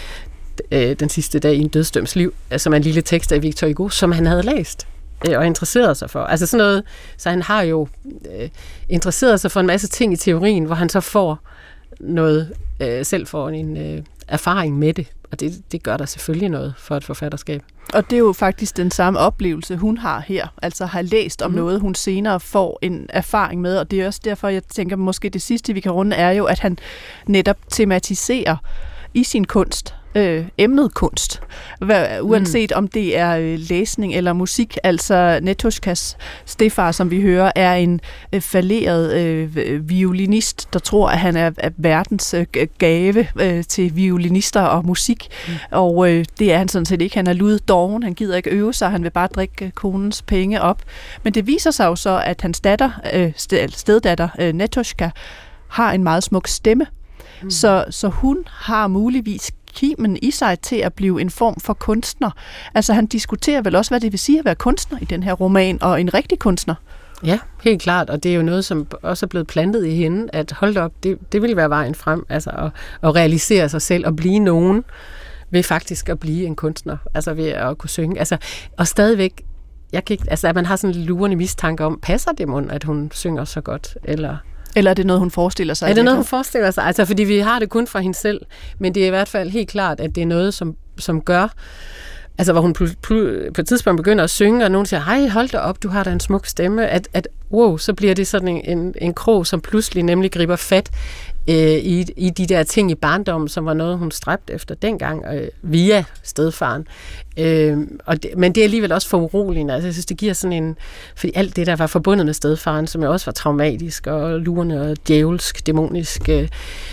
øh, den sidste dag i en dødsdøms liv, som er en lille tekst af Victor Hugo, som han havde læst øh, og interesseret sig for. Altså sådan noget, så han har jo øh, interesseret sig for en masse ting i teorien, hvor han så får noget, øh, selv får en øh, erfaring med det. Og det, det gør der selvfølgelig noget for et forfatterskab. Og det er jo faktisk den samme oplevelse, hun har her. Altså har læst om mm. noget, hun senere får en erfaring med. Og det er også derfor, jeg tænker, måske det sidste, vi kan runde, er jo, at han netop tematiserer i sin kunst, øh, emnet kunst. Uanset mm. om det er øh, læsning eller musik. Altså Netoskas stedfar, som vi hører, er en øh, falleret øh, violinist, der tror, at han er, er verdens øh, gave øh, til violinister og musik. Mm. Og øh, det er han sådan set ikke. Han er luddoven, han gider ikke øve sig, han vil bare drikke øh, konens penge op. Men det viser sig jo så, at hans datter, øh, steddatter øh, Netoska, har en meget smuk stemme. Mm. Så, så hun har muligvis kimen i sig til at blive en form for kunstner. Altså han diskuterer vel også, hvad det vil sige at være kunstner i den her roman, og en rigtig kunstner. Ja, helt klart, og det er jo noget, som også er blevet plantet i hende, at hold op, det, det vil være vejen frem, altså at, at realisere sig selv og blive nogen ved faktisk at blive en kunstner, altså ved at kunne synge. Altså, og stadigvæk, jeg kan ikke, altså at man har sådan en lurende mistanke om, passer det mon, at hun synger så godt, eller... Eller er det noget, hun forestiller sig? Er det noget, hun forestiller sig? Altså, fordi vi har det kun fra hende selv, men det er i hvert fald helt klart, at det er noget, som, som gør, altså hvor hun pl- pl- på et tidspunkt begynder at synge, og nogen siger, hej, hold da op, du har da en smuk stemme, at, at wow, så bliver det sådan en, en, en krog, som pludselig nemlig griber fat øh, i, i de der ting i barndommen, som var noget, hun stræbte efter dengang, øh, via stedfaren. Øh, og det, men det er alligevel også for uroligende. Altså, jeg synes, det giver sådan en... Fordi alt det, der var forbundet med stedfaren, som jo også var traumatisk og lurende og djævelsk, dæmonisk, øh,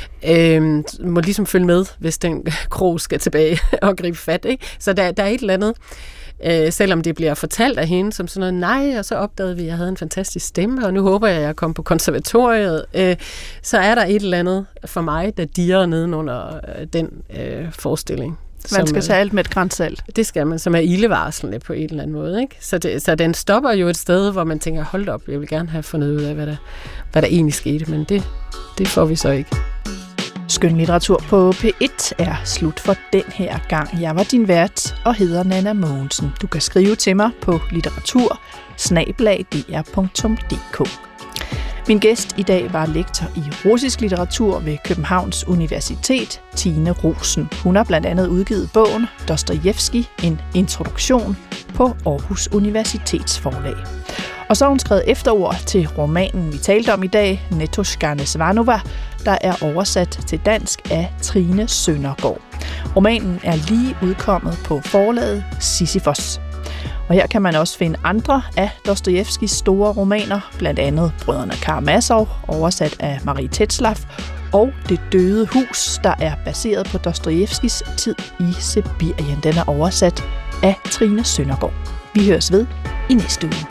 øh, må ligesom følge med, hvis den krog skal tilbage og gribe fat. Ikke? Så der, der er et eller andet, øh, selvom det bliver fortalt af hende som sådan noget, nej, og så opdagede vi, at jeg havde en fantastisk stemme, og nu håber jeg, at jeg kommer på konservatoriet. Øh, så er der et eller andet for mig, der dirrer nedenunder øh, den øh, forestilling. Man skal tage alt med et grænsalt. Det skal man, som er ildevarslende på en eller anden måde. Ikke? Så, det, så den stopper jo et sted, hvor man tænker, hold op, jeg vil gerne have fundet ud af, hvad der, hvad der egentlig skete, men det, det får vi så ikke. Skønlitteratur på P et er slut for den her gang. Jeg var din vært og hedder Nanna Mogensen. Du kan skrive til mig på litteratur snabel-a d r punktum d k. Min gæst i dag var lektor i russisk litteratur ved Københavns Universitet, Tine Rosen. Hun har blandt andet udgivet bogen Dostojevskij, en introduktion på Aarhus Universitets forlag. Og så har hun skrevet efterord til romanen, vi talte om i dag, Netoska Nesvanova, der er oversat til dansk af Trine Søndergaard. Romanen er lige udkommet på forlaget Sisyfos. Og her kan man også finde andre af Dostojevskijs store romaner, blandt andet Brødrene Karamazov, oversat af Marie Tetzlaff, og Det døde hus, der er baseret på Dostojevskijs tid i Sibirien. Den er oversat af Trine Søndergaard. Vi høres ved i næste uge.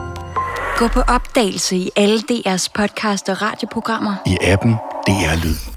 Gå på opdagelse i alle D R's podcast og radioprogrammer. I appen D R Lyd.